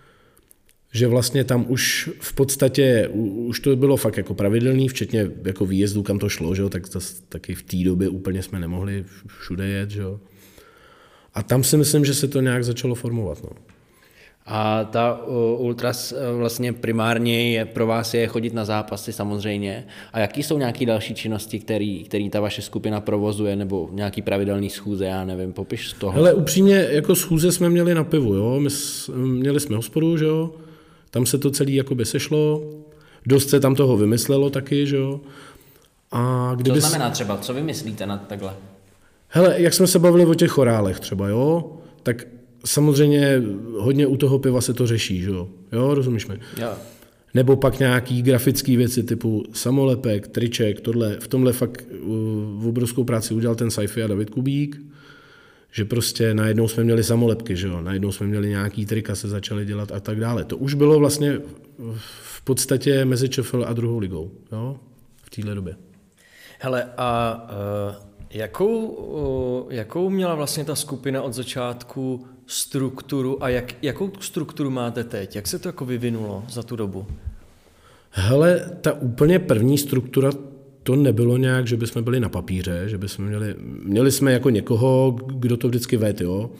že vlastně tam už v podstatě, už to bylo fakt jako pravidelný, včetně jako výjezdů, kam to šlo, že jo, tak to, taky v té době úplně jsme nemohli všude jet, že jo. A tam si myslím, že se to nějak začalo formovat, no. A ta uh, ultras uh, vlastně primárně je pro vás je chodit na zápasy samozřejmě. A jaký jsou nějaké další činnosti, který, který ta vaše skupina provozuje, nebo nějaký pravidelný schůze, já nevím, popiš z toho. Hele, upřímně, jako schůze jsme měli na pivu, jo, my měli jsme hospodu, že jo, tam se to celé jakoby sešlo, dost se tam toho vymyslelo taky, že jo. A kdyby co znamená třeba, co vymyslíte na takhle? Hele, jak jsme se bavili o těch chorálech třeba, jo, tak samozřejmě hodně u toho piva se to řeší, že jo, jo, rozumíš mi? Jo. Nebo pak nějaký grafické věci typu samolepek, triček, tohle, v tomhle fakt v obrovskou práci udělal ten Sci-Fi a David Kubík, že prostě najednou jsme měli samolepky, že jo, najednou jsme měli nějaký trika, se začaly dělat a tak dále. To už bylo vlastně v podstatě mezi ČFL a druhou ligou, jo, v téhle době. Hele, a uh, jakou, uh, jakou měla vlastně ta skupina od začátku strukturu a jak, jakou strukturu máte teď? Jak se to jako vyvinulo za tu dobu? Hele, ta úplně první struktura, to nebylo nějak, že bychom byli na papíře, že bychom měli, měli jsme jako někoho, kdo to vždycky vede, jo.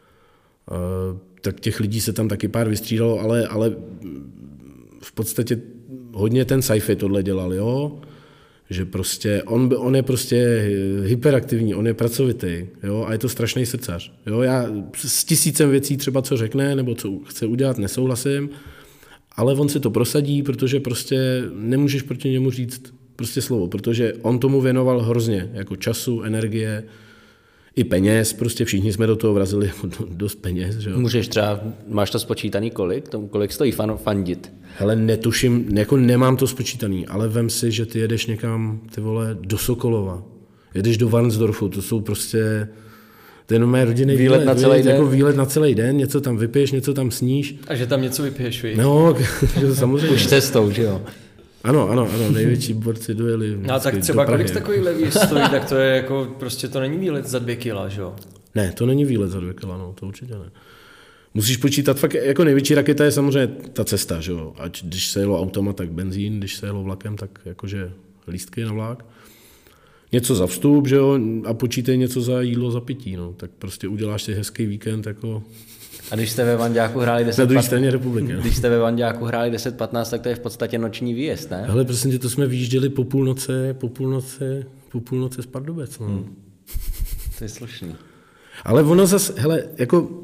Uh, tak těch lidí se tam taky pár vystřídalo, ale, ale v podstatě hodně ten Sci-Fi tohle dělal, jo. že prostě on, on je prostě hyperaktivní, on je pracovitý, jo, a je to strašný srdcař. Jo, já s tisícem věcí třeba co řekne, nebo co chce udělat, nesouhlasím, ale on si to prosadí, protože prostě nemůžeš proti němu říct prostě slovo, protože on tomu věnoval hrozně, jako času, energie, i peněz, prostě všichni jsme do toho vrazili dost peněz. Že jo. Můžeš třeba, máš to spočítaný kolik? Tomu, kolik stojí fan, fandit? Hele, netuším, jako nemám to spočítaný, ale vem si, že ty jedeš někam, ty vole, do Sokolova, jedeš do Varnsdorfu, to jsou prostě, to je mé rodinný výlet, výlet na celý výlet, den. Jako výlet na celý den, něco tam vypiješ, něco tam sníš. A že tam něco vypiješ, víš? No, samozřejmě. Už cestou, že jo? Ano, ano, ano, největší borci dojeli. No tak třeba kolik takový levý stojí, tak to je jako, prostě to není výlet za dvě kila, že jo? Ne, to není výlet za dvě kila, no, to určitě ne. Musíš počítat, fakt jako největší raketa je samozřejmě ta cesta, že jo, ať když se jelo automat, tak benzín, když se jelo vlakem, tak jakože lístky na vlak. Něco za vstup, že jo, a počítej něco za jídlo, za pití, no, tak prostě uděláš si hezký víkend, jako... A když jste ve Vanďáku hráli deset na druhé straně republiky. No. Když jste ve Vanďáku hráli deset patnáct, tak to je v podstatě noční výjezd, ne? Hele, prosím tě, to jsme vyjížděli po půlnoci, po půlnoci, po půlnoci z Pardubec, no. Hmm. To je slušný. Ale ono zase, hele, jako,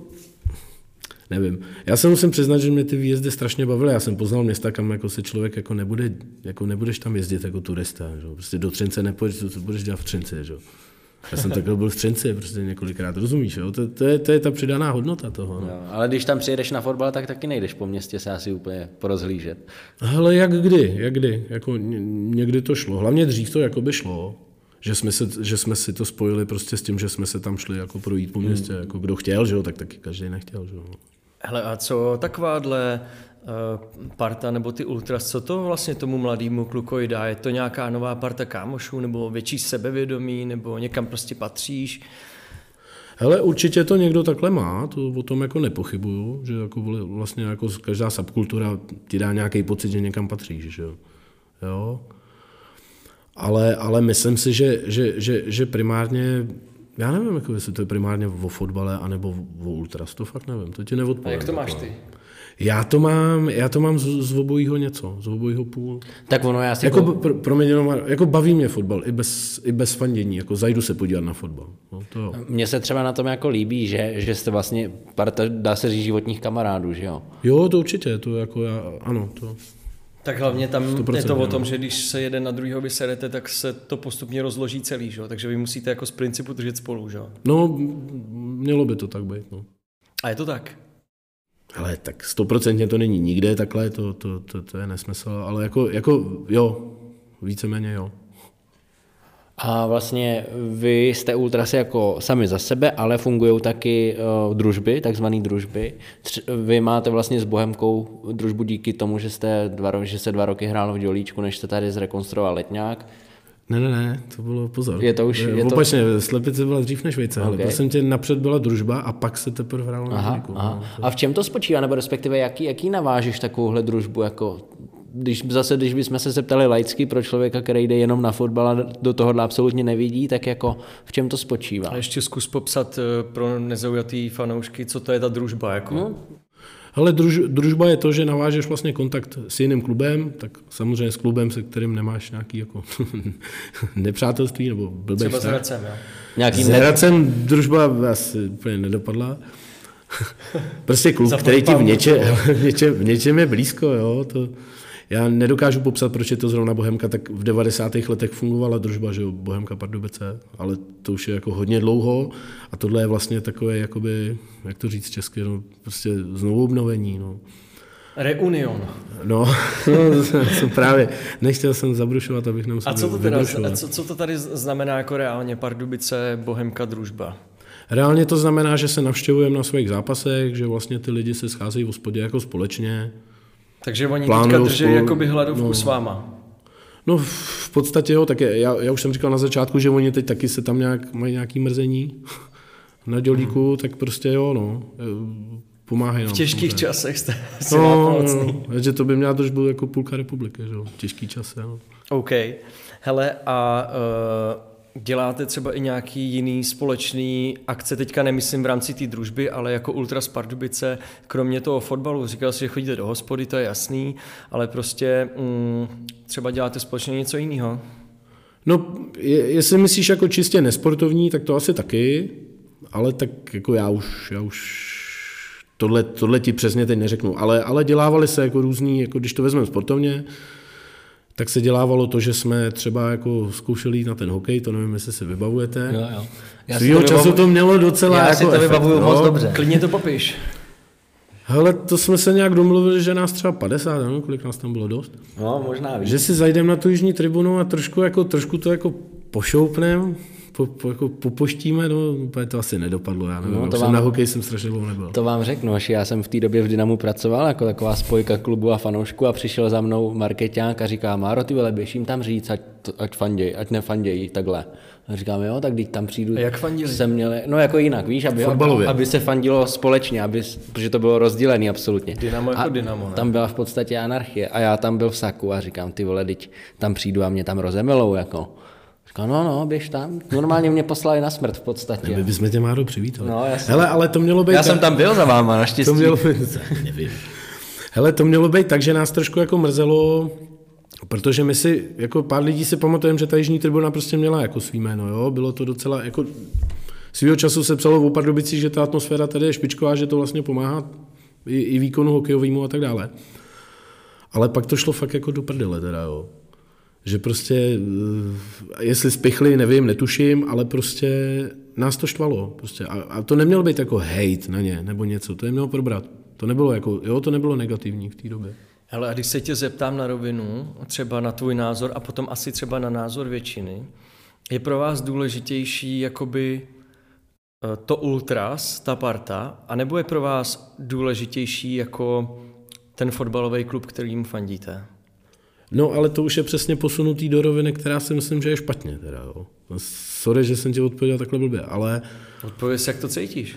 nevím, já se musím přiznat, že mě ty výjezdy strašně bavily, já jsem poznal města, kam jako se člověk jako nebude, jako nebudeš tam jezdit jako turista, že? Prostě do Třince nepůjdeš, co budeš dělat v Třinci, že? Já jsem takhle byl v Třinci prostě několikrát, rozumíš, jo? To, to, je, to je ta přidaná hodnota toho. No. Jo, ale když tam přijedeš na fotbal, tak taky nejdeš po městě se asi úplně porozhlížet. Hele, jak kdy, jak kdy, jako někdy to šlo, hlavně dřív to jako by šlo, že jsme, se, že jsme si to spojili prostě s tím, že jsme se tam šli jako projít po městě, hmm. jako kdo chtěl, že jo, tak taky každý nechtěl, že jo. Hele, a co takováhle uh, parta nebo ty ultras, co to vlastně tomu mladému klukovi dá? Je to nějaká nová parta kámošů nebo větší sebevědomí nebo někam prostě patříš? Hele, určitě to někdo takhle má, to o tom jako nepochybuju, že jako vlastně jako každá subkultura ti dá nějaký pocit, že někam patříš, že jo. jo? Ale, ale myslím si, že, že, že, že primárně, já nevím, jako jestli to je primárně o fotbale, anebo o ultras, to fakt nevím, to ti neodpovím. A jak to máš ty? Já to mám, já to mám z, z obojího něco, z obojího půl. Tak ono, já si... Jako, pro, pro mě, jako baví mě fotbal, i bez, i bez fandění, jako zajdu se podívat na fotbal. No, to jo. Mně se třeba na tom jako líbí, že, že jste vlastně parta, dá se říct, životních kamarádů, že jo? Jo, to určitě, to jako já, ano, to... Tak hlavně tam je to o tom, no. že když se jeden na druhýho vyserete, tak se to postupně rozloží celý, že? Takže vy musíte jako z principu držet spolu, že? No, mělo by to tak být, no. A je to tak? Ale tak stoprocentně to není nikde takhle, to, to, to, to je nesmysl, ale jako, jako jo, víceméně jo. A vlastně vy jste ultrasy jako sami za sebe, ale fungují taky uh, družby, takzvané družby. Tři, vy máte vlastně s Bohemkou družbu díky tomu, že jste dva, že se dva roky hrál v Dělíčku, než jste tady zrekonstruoval letňák. Ne, ne, ne, to bylo pozor. Je to už... Je Opačně, to... Slepice byla dřív než Vejce, okay. Ale prosím tě, napřed byla družba a pak se teprve hrálo na Dělíku. No, to... A v čem to spočívá, nebo respektive jaký, jaký navážeš takovouhle družbu, jako... Když zase, když bychom se zeptali laicky pro člověka, který jde jenom na fotbal a do tohohle absolutně nevidí, tak jako v čem to spočívá? A ještě zkus popsat pro nezaujatý fanoušky, co to je ta družba, jako... No. Hele, druž, družba je to, že navážeš vlastně kontakt s jiným klubem, tak samozřejmě s klubem, se kterým nemáš nějaký jako nepřátelství nebo blbý třeba vztah. s Hradcem, jo? Nějaký s Hradcem družba asi úplně nedopadla. Prostě klub, který ti v, něče, v, něčem, v něčem je blízko, jo, to... Já nedokážu popsat, proč je to zrovna Bohemka, tak v devadesátých letech fungovala družba, že jo, Bohemka Pardubice, ale to už je jako hodně dlouho a tohle je vlastně takové, jakoby, jak to říct česky, no, prostě znovu obnovení, no. Reunion. No, no jsem právě, nechtěl jsem zabrušovat, abych nemusel A co to teda, co, co to tady znamená jako reálně Pardubice, Bohemka, družba? Reálně to znamená, že se navštěvujeme na svých zápasech, že vlastně ty lidi se scházejí v hospodě jako společně. Takže oni teďka drží jakoby hladovku no, s váma. No v podstatě jo, tak já, já už jsem říkal na začátku, že oni teď taky se tam nějak, mají nějaký mrzení na Dělíku, hmm. tak prostě jo, no, pomáhají nám. V těžkých samozřejmě. Časech jste si no, no, že to by měla držbu jako půlka republiky, že jo, těžký časy, no. OK, hele a... Uh... Děláte třeba i nějaký jiný společný akce, teďka nemyslím v rámci té družby, ale jako Ultras Pardubice, kromě toho fotbalu, říkal jsi, že chodíte do hospody, to je jasný, ale prostě mm, třeba děláte společně něco jiného? No, je, jestli myslíš jako čistě nesportovní, tak to asi taky, ale tak jako já už, já už tohle, tohle ti přesně teď neřeknu, ale, ale dělávali se jako různý, jako když to vezmeme sportovně, tak se dělávalo to, že jsme třeba jako zkoušeli jít na ten hokej, to nevím, jestli si vybavujete. Jo, jo. Svýho času vybavu... to mělo docela já jako si to efekt, vybavuju no. moc dobře. Klidně to popiš. Hele, to jsme se nějak domluvili, že nás třeba padesát, no, kolik nás tam bylo dost. No, možná víc. Že si zajdeme na tu jižní tribunu a trošku, jako, trošku to jako pošoupneme, po, po, jako popoštíme, no úplně to asi nedopadlo, já nevím, no, to vám, na hokej jsem strašně dlouho nebyl. To vám řeknu, až já jsem v té době v Dynamu pracoval jako taková spojka klubu a fanoušku a přišel za mnou markeťák a říká, Máro, ty vole, běž jim tam říct, ať, ať fanděj, ať nefandějí, takhle. A říkám, jo, tak když tam přijdu. A jak fandili? Jsem měli, no jako jinak, víš, aby, aby, aby se fandilo společně, aby, protože to bylo rozdělený absolutně. Dynamo jako a Dynamo, ne? Tam byla v podstatě anarchie a já tam byl v saku a říkám, ty vole, teď tam přijdu a mě tam rozemelou, jako. Říkám, no, no, běž tam. Normálně mě poslali na smrt v podstatě. My bychom tě, Máro, přivítali. No, hele, ale to mělo být... Já jsem tam byl za váma, naštěstí. To mělo být, nevím. Hele, to mělo být tak, že nás trošku jako mrzelo, protože my si, jako pár lidí si pamatujeme, že ta jižní tribuna prostě měla jako svý jméno, jo, bylo to docela, jako svýho času se psalo v Pardubicích, že ta atmosféra tady je špičková, že to vlastně pomáhá i, i výkonu hokejovému a tak dále. Ale pak to šlo fakt jako do prdele teda, jo. Že prostě, jestli spichli, nevím, netuším, ale prostě nás to štvalo. Prostě. A, a to nemělo být jako hejt na ně, nebo něco, to je mělo probrat. To nebylo jako, jo, to nebylo negativní v té době. Hele, a když se tě zeptám na rovinu, třeba na tvůj názor a potom asi třeba na názor většiny, je pro vás důležitější jakoby to ultras, ta parta, anebo je pro vás důležitější jako ten fotbalový klub, kterým fandíte? No, ale to už je přesně posunutý do roviny, která si myslím, že je špatně. Teda, jo. Sorry, že jsem ti odpověděl takhle blbě, ale... Odpověď, jak to cítíš?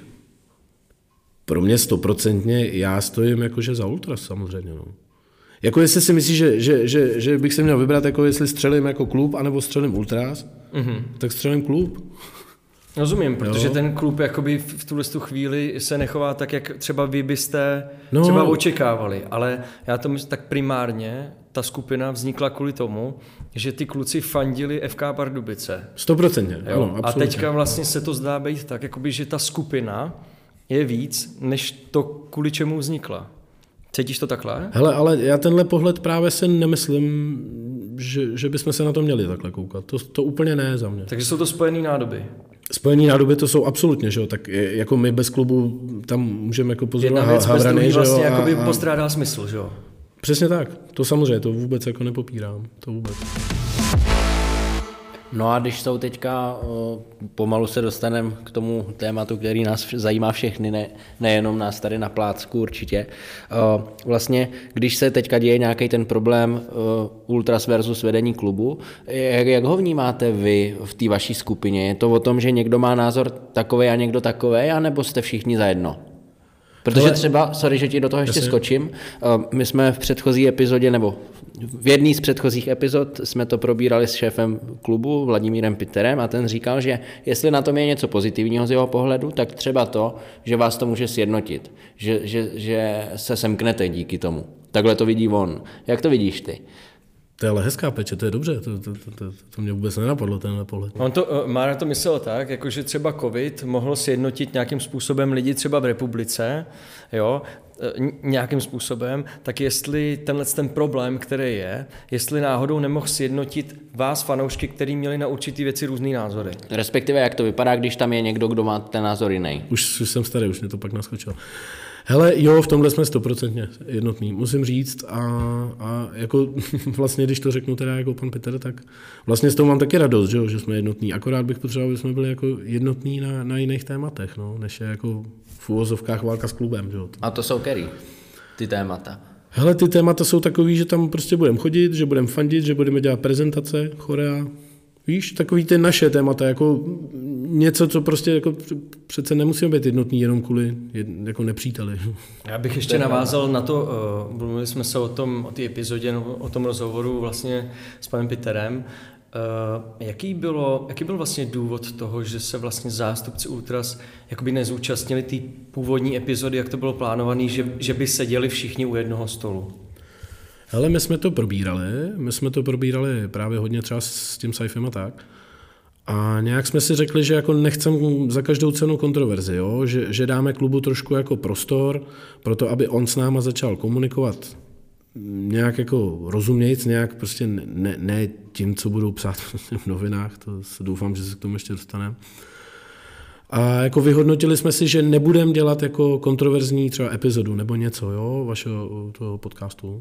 Pro mě stoprocentně já stojím jakože za ultras samozřejmě. No. Jako jestli si myslíš, že, že, že, že bych se měl vybrat, jako jestli střelím jako klub, anebo střelím ultras, mm-hmm. tak střelím klub. Rozumím, protože jo. ten klub jakoby v tuhle chvíli se nechová tak, jak třeba vy byste no. třeba očekávali, ale já to myslím tak primárně, ta skupina vznikla kvůli tomu, že ty kluci fandili F K Pardubice. Stoprocentně, ano, A teďka vlastně se to zdá být tak, jakoby, že ta skupina je víc, než to, kvůli čemu vznikla. Cítíš to takhle? Hele, ale já tenhle pohled právě si nemyslím, že, že bychom se na to měli takhle koukat. To, to úplně ne za mě. Takže jsou to spojený nádoby. Spojený nádoby to jsou absolutně, že jo, tak jako my bez klubu tam můžeme jako pozorovat Jedna věc Havrany, bez druhý vlastně a, jakoby a, postrádá smysl, že jo? Přesně tak, to samozřejmě, to vůbec jako nepopírám, to vůbec. No a když jsou teďka, pomalu se dostaneme k tomu tématu, který nás zajímá všechny, ne, nejenom nás tady na Plácku určitě. Vlastně, když se teďka děje nějaký ten problém ultras versus vedení klubu, jak, jak ho vnímáte vy v té vaší skupině? Je to o tom, že někdo má názor takovej a někdo takovej, anebo jste všichni zajedno? Protože třeba, sorry, že ti do toho ještě Jasně. skočím, my jsme v předchozí epizodě, nebo v jedné z předchozích epizod jsme to probírali s šéfem klubu Vladimírem Pitterem a ten říkal, že jestli na tom je něco pozitivního z jeho pohledu, tak třeba to, že vás to může sjednotit, že, že, že se semknete díky tomu. Takhle to vidí on. Jak to vidíš ty? To je ale hezká Peče, to je dobře, to, to, to, to, to mě vůbec nenapadlo, tenhle pohled. On to, Mára to myslel tak, jakože třeba covid mohl sjednotit nějakým způsobem lidi třeba v republice, jo, nějakým způsobem, tak jestli tenhle ten problém, který je, jestli náhodou nemohl sjednotit vás fanoušky, který měli na určitý věci různý názory. Respektive jak to vypadá, když tam je někdo, kdo má ten názor jiný. Už, už jsem starý, už mě to pak naskočilo. Hele, jo, v tomhle jsme stoprocentně jednotný, musím říct a, a jako vlastně, když to řeknu teda jako pan Peter, tak vlastně s toho mám taky radost, že, že jsme jednotní, akorát bych potřeboval, aby jsme byli jako jednotní na, na jiných tématech, no, než je jako v úvozovkách válka s klubem. Že? A to jsou který? Ty témata? Hele, ty témata jsou takový, že tam prostě budeme chodit, že budeme fandit, že budeme dělat prezentace, chorea, víš, takový ty naše témata, jako něco, co prostě jako přece nemusíme být jednotný jenom kvůli jako nepříteli. Já bych ještě navázal na to, uh, mluvili jsme se o tom, o té epizodě, no, o tom rozhovoru vlastně s panem Pitterem. Uh, jaký, bylo, jaký byl vlastně důvod toho, že se vlastně zástupci Ultras jakoby nezúčastnili té původní epizody, jak to bylo plánované, že, že by seděli všichni u jednoho stolu? Hele, my jsme to probírali, my jsme to probírali právě hodně třeba s tím Saifem a tak. A nějak jsme si řekli, že jako nechcem za každou cenu kontroverzi, jo? Že, že dáme klubu trošku jako prostor pro to, aby on s náma začal komunikovat nějak jako rozumějc, nějak prostě ne, ne tím, co budou psát v novinách, to doufám, že se k tomu ještě dostaneme. A jako vyhodnotili jsme si, že nebudeme dělat jako kontroverzní třeba epizodu nebo něco, jo, vašeho toho podcastu.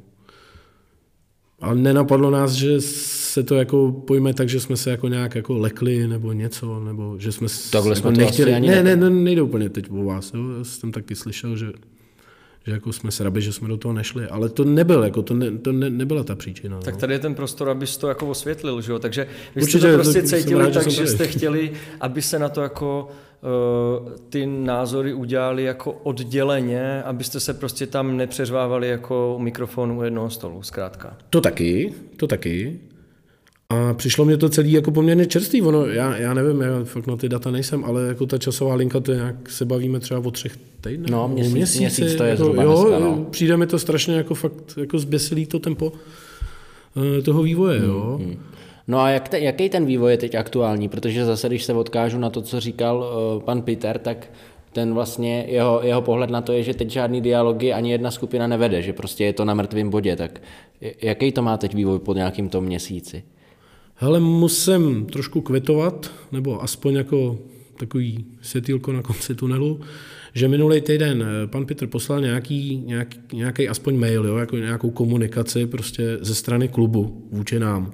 Ale nenapadlo nás, že se to jako pojme tak, že jsme se jako nějak jako lekli nebo něco, nebo že jsme Takhle jsme jako nechtěli. Ani ne, ne, ne, nejde úplně teď o vás, jo. Já jsem taky slyšel, že, že jako jsme srabi, že jsme do toho nešli, ale to nebyl, jako to, ne, to ne, nebyla ta příčina. Tak no. tady je ten prostor, abys to jako osvětlil, že jo? Takže vy Určitě, jste to prostě to, cítili rád, tak, že, že jste chtěli, aby se na to jako uh, ty názory udělali jako odděleně, abyste se prostě tam nepřeřvávali jako u mikrofonu u jednoho stolu, zkrátka. To taky, to taky. A přišlo mě to celý jako poměrně čerstvý. Ono, já, já nevím, já fakt na ty data nejsem, ale jako ta časová linka, to nějak se bavíme třeba o třech týdnech. No, měsíc, měsíci, měsíc to je jako, zhruba jo, dneska, no. Přijde mi to strašně jako fakt jako zběsilý to tempo uh, toho vývoje, hmm, jo. Hmm. No a jak te, jaký ten vývoj je teď aktuální? Protože zase, když se odkážu na to, co říkal uh, pan Peter, tak ten vlastně, jeho, jeho pohled na to je, že teď žádný dialogy ani jedna skupina nevede, že prostě je to na mrtvém bodě. Tak jaký to má teď vývoj po nějakým tom měsíci? Hele, musím trošku kvitovat, nebo aspoň jako takový světýlko na konci tunelu, že minulý týden pan Petr poslal nějaký, nějaký, nějaký aspoň mail, jo, jako nějakou komunikaci prostě ze strany klubu vůči nám.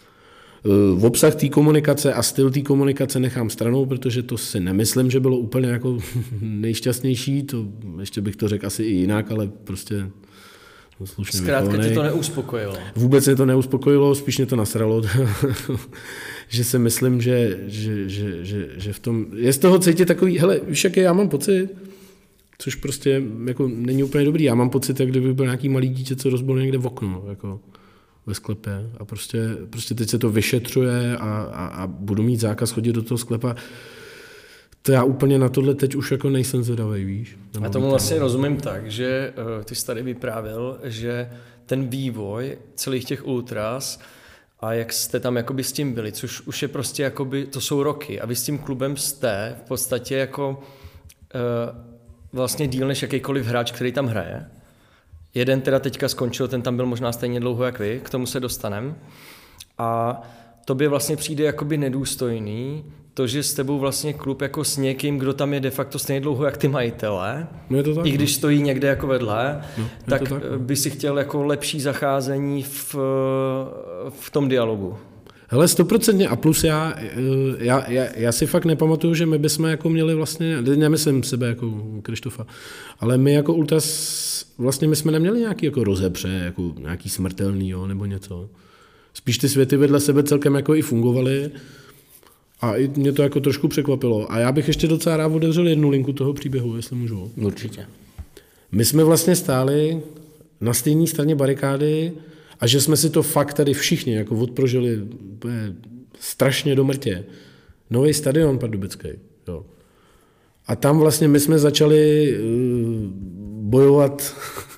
V obsah té komunikace a styl té komunikace nechám stranou, protože to si nemyslím, že bylo úplně jako nejšťastnější, to ještě bych to řekl asi i jinak, ale prostě slušně zkrátka tě to neuspokojilo. Vůbec mě to neuspokojilo, spíš mě to nasralo, že si myslím, že, že, že, že, že v tom, je z toho cítit takový, hele, víš, jaký já mám pocit, což prostě jako není úplně dobrý, já mám pocit, jak kdyby byl nějaký malý dítě, co rozbil někde v oknu, jako ve sklepě a prostě, prostě teď se to vyšetřuje a, a, a budu mít zákaz chodit do toho sklepa. To já úplně na tohle teď už jako nejsem zvědavej, víš. A tomu vlastně rozumím tak, že uh, ty jsi tady vyprávěl, že ten vývoj celých těch ultras a jak jste tam jakoby s tím byli, což už je prostě jakoby, to jsou roky a vy s tím klubem jste v podstatě jako uh, vlastně díl než jakýkoliv hráč, který tam hraje. Jeden teda teďka skončil, ten tam byl možná stejně dlouho jak vy, k tomu se dostanem. A tobě vlastně přijde jakoby nedůstojný to, že s tebou vlastně klub jako s někým, kdo tam je de facto stejně dlouho jak ty majitele, no je to tak, i když no. stojí někde jako vedle, no, tak, tak no. by si chtěl jako lepší zacházení v, v tom dialogu. Hele, stoprocentně a plus já, já, já, já si fakt nepamatuju, že my bychom jako měli vlastně, nemyslím sebe jako Krištofa, ale my jako Ultras, vlastně my jsme neměli nějaký jako rozepře, jako nějaký smrtelný, jo, nebo něco. Spíš ty světy vedle sebe celkem jako i fungovaly a i mě to jako trošku překvapilo. A já bych ještě docela rád otevřel jednu linku toho příběhu, jestli můžu. Určitě. My jsme vlastně stáli na stejné straně barikády a že jsme si to fakt tady všichni jako odprožili strašně do mrtě. Nový stadion pardubický, jo. A tam vlastně my jsme začali bojovat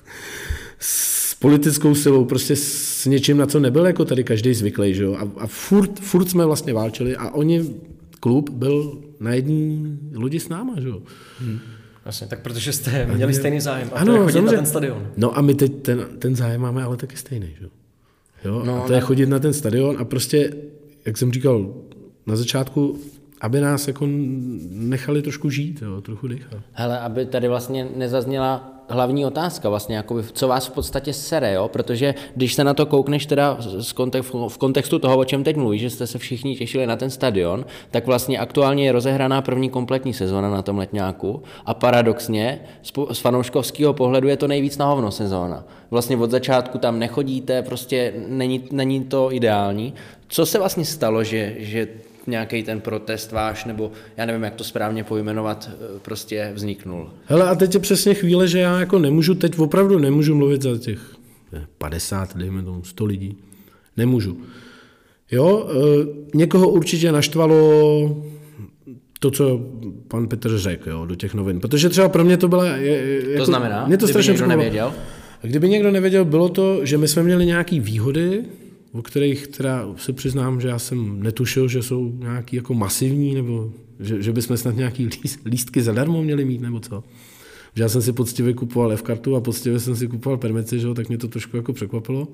s politickou silou, prostě s něčím, na co nebyl jako tady každý zvyklý, že jo. A, a furt, furt jsme vlastně válčili a oni, klub byl na jedné lodi s náma, že jo. Hmm. Vlastně, tak protože jste měli stejný zájem a ano, to je chodit samozřejmě. na ten stadion. No a my teď ten, ten zájem máme ale taky stejný, že jo. No, a to je chodit na ten stadion a prostě, jak jsem říkal na začátku, aby nás jako nechali trošku žít, jo, trochu dýchat. Hele, aby tady vlastně nezazněla hlavní otázka, vlastně, jakoby, co vás v podstatě sere, jo? Protože když se na to koukneš teda z kontext, v kontextu toho, o čem teď mluvíš, že jste se všichni těšili na ten stadion, tak vlastně aktuálně je rozehraná první kompletní sezóna na tom letňáku a paradoxně z fanouškovského pohledu je to nejvíc na hovno sezóna. Vlastně od začátku tam nechodíte, prostě není, není to ideální. Co se vlastně stalo, že, že nějaký ten protest váš, nebo já nevím, jak to správně pojmenovat, prostě vzniknul? Hele, a teď je přesně chvíle, že já jako nemůžu, teď opravdu nemůžu mluvit za těch padesát, dejme tomu sto lidí. Nemůžu. Jo, někoho určitě naštvalo to, co pan Petr řekl, jo, do těch novin. Protože třeba pro mě to byla... Je, to jako, znamená, mě to kdyby strašně někdo nevěděl? Kdyby někdo nevěděl, bylo to, že my jsme měli nějaké výhody, o kterých teda se přiznám, že já jsem netušil, že jsou nějaký jako masivní, nebo že, že bychom snad nějaký lístky zadarmo měli mít, nebo co. Že já jsem si poctivě kupoval F-kartu a poctivě jsem si kupoval permici, že jo, tak mě to trošku jako překvapilo.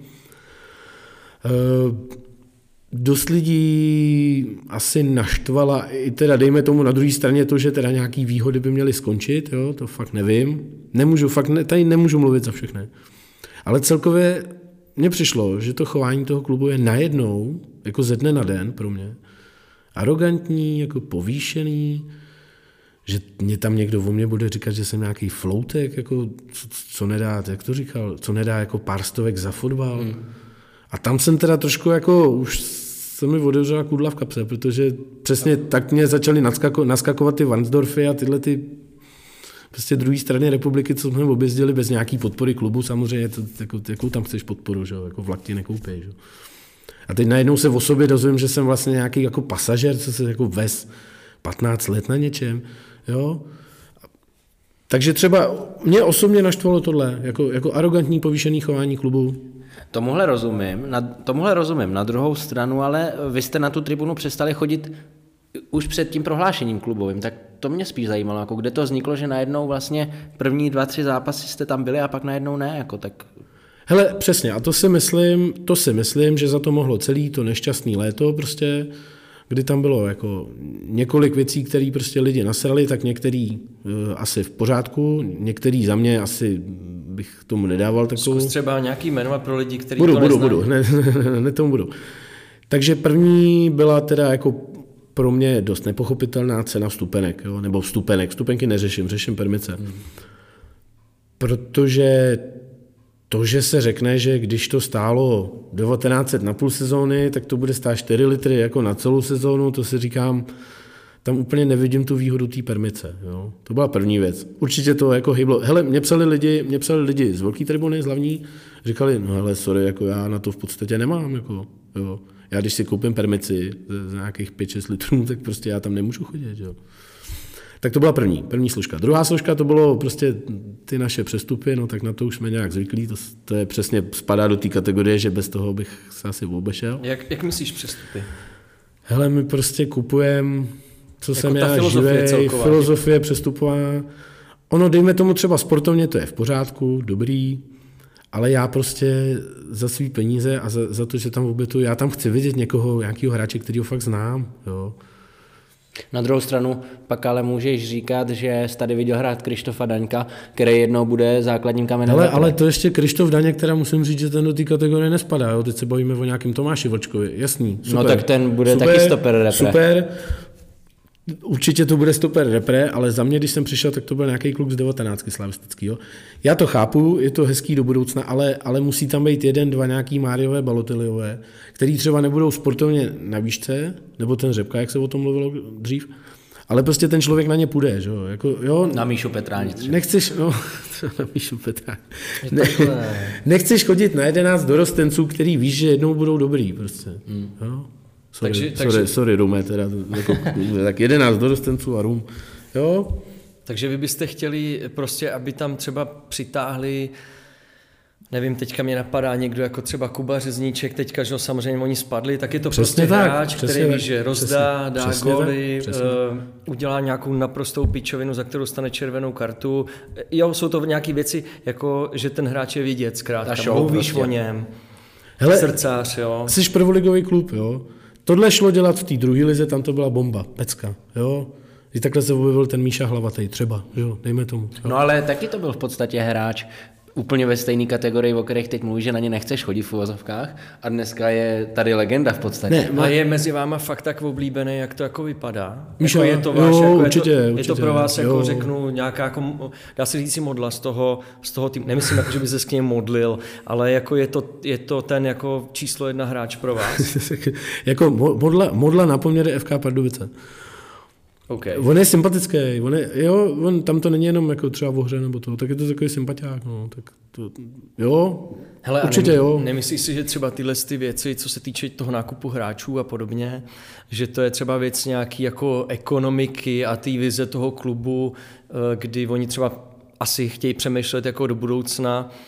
E, dost lidí asi naštvala, i teda dejme tomu na druhé straně to, že teda nějaký výhody by měly skončit, jo, to fakt nevím. Nemůžu, fakt ne, tady nemůžu mluvit za všechny. Ale celkově mně přišlo, že to chování toho klubu je najednou, jako ze dne na den pro mě, arrogantní, jako povýšený, že mě tam někdo o mě bude říkat, že jsem nějaký floutek, jako co, co nedá, jak to říkal, co nedá jako pár stovek za fotbal. Hmm. A tam jsem teda trošku jako, už se mi otevřela kudla v kapse, protože přesně tak mě začaly naskako, naskakovat ty Varnsdorfy a tyhle ty prostě druhé strany republiky, co jsme objezdili bez nějaký podpory klubu, samozřejmě, to, jako, jakou tam chceš podporu, že? Jako vlak ti nekoupí. Že? A teď najednou se o sobě dozvím, že jsem vlastně nějaký jako pasažér, co se jako vez patnáct let na něčem. Jo? Takže třeba mě osobně naštvalo tohle, jako, jako arrogantní povýšený chování klubu. Tomuhle rozumím, na, tomuhle rozumím. Na druhou stranu, ale vy jste na tu tribunu přestali chodit už před tím prohlášením klubovým, tak to mě spíš zajímalo, jako kde to vzniklo, že najednou vlastně první dva, tři zápasy jste tam byli a pak najednou ne, jako tak... Hele, přesně, a to si myslím, to si myslím, že za to mohlo celý to nešťastný léto prostě, kdy tam bylo jako několik věcí, které prostě lidi nasrali, tak některý uh, asi v pořádku, některý za mě asi bych tomu nedával takovou... Zkus třeba nějaký jméno pro lidi, kteří budu, to budu, neznají. Budu, ne, ne, ne tomu budu. Takže první byla teda jako pro mě dost nepochopitelná cena vstupenek, jo? Nebo vstupenek, vstupenky neřeším, řeším permice. Hmm. Protože to, že se řekne, že když to stálo devatenáct set na půl sezóny, tak to bude stát čtyři litry jako na celou sezónu, to si říkám, tam úplně nevidím tu výhodu té permice. Jo? To byla první věc. Určitě to jako hýblo. Hele, mě psali lidi, mě psali lidi z velké tribuny, z hlavní, říkali, no hele, sorry, jako já na to v podstatě nemám. Jako, jo. Já když si koupím permici z nějakých pět šest litrů, tak prostě já tam nemůžu chodit. Jo. Tak to byla první, první složka. Druhá složka to bylo prostě ty naše přestupy, no tak na to už jsme nějak zvyklí, to, to je přesně spadá do té kategorie, že bez toho bych se asi obešel. Jak, jak myslíš přestupy? Hele, my prostě kupujeme, co jako jsem já filozofie živej, celková, filozofie přestupová. Ono, dejme tomu třeba sportovně, to je v pořádku, dobrý, ale já prostě za svý peníze a za, za to, že tam obětuju, já tam chci vidět někoho, nějakého hráče, kterýho fakt znám, jo. Na druhou stranu pak ale můžeš říkat, že jsi tady viděl hrát Krištofa Daňka, který jednou bude základním kamenem. Ale, ale to ještě Krištof Daněk, která musím říct, že ten do té kategorie nespadá. Jo? Teď se bavíme o nějakém Tomáši Vlčkovi, jasný, super. No tak ten bude super, taky stoper repre. Super, určitě to bude stoper repre, ale za mě, když jsem přišel, tak to byl nějaký kluk z devatenáctky slavistický. Já to chápu, je to hezký do budoucna, ale, ale musí tam být jeden, dva nějaký Máriové, Balotelliové, který třeba nebudou sportovně na výšce, nebo ten Řepka, jak se o tom mluvilo dřív, ale prostě ten člověk na ně půjde, že jo? Jako, jo, na Míšu Petráni třeba. Nechceš, no, na Míšu Petráni. Ne, nechceš chodit na jedenáct dorostenců, který víš, že jednou budou dobrý, prostě. Hmm. Jo? Sorry, takže, sorry, takže... sorry, Rume, teda, jako, tak jedenáct dorostenců a Rum, jo? Takže vy byste chtěli prostě, aby tam třeba přitáhli, nevím, teďka mě napadá někdo jako třeba Kuba Řezníček, teďka, že samozřejmě oni spadli, tak je to přesně prostě tak, hráč, který ví, že rozdá, dá góly, uh, udělá nějakou naprostou pičovinu, za kterou stane červenou kartu. Jo, jsou to nějaké věci, jako že ten hráč je vidět zkrátka, mluvíš prostě o něm. Hele, srdcář, jo. Jsi prvoligový klub, jo. Tohle šlo dělat v té druhé lize, tam to byla bomba, pecka, jo. I takhle se objevil ten Míša Hlavatej, třeba, jo, dejme tomu. Jo. No ale taky to byl v podstatě hráč úplně ve stejné kategorii, o kterých teď mluvíš, že na ně nechceš chodit v uvozovkách a dneska je tady legenda v podstatě. Ne, a je mezi váma fakt tak oblíbený, jak to jako vypadá? Míša, jako je to váš, jo, jako určitě, je, to, určitě, je to pro vás, jo. jako řeknu, nějaká, jako, dá se říct si modla z toho, z toho týmu, nemyslím, jako, že by se s ním modlil, ale jako je to, je to ten jako číslo jedna hráč pro vás? Jako modla, modla na poměry F K Pardubice. Okay. On je sympatický, on je, jo, on, tam to není jenom jako třeba v hře nebo to, tak je to takový sympatiák, no, tak to, jo, hele, určitě nem, jo. Nemyslíš si, že třeba tyhle ty věci, co se týče toho nákupu hráčů a podobně, že to je třeba věc nějaký jako ekonomiky a té vize toho klubu, kdy oni třeba asi chtějí přemýšlet jako do budoucna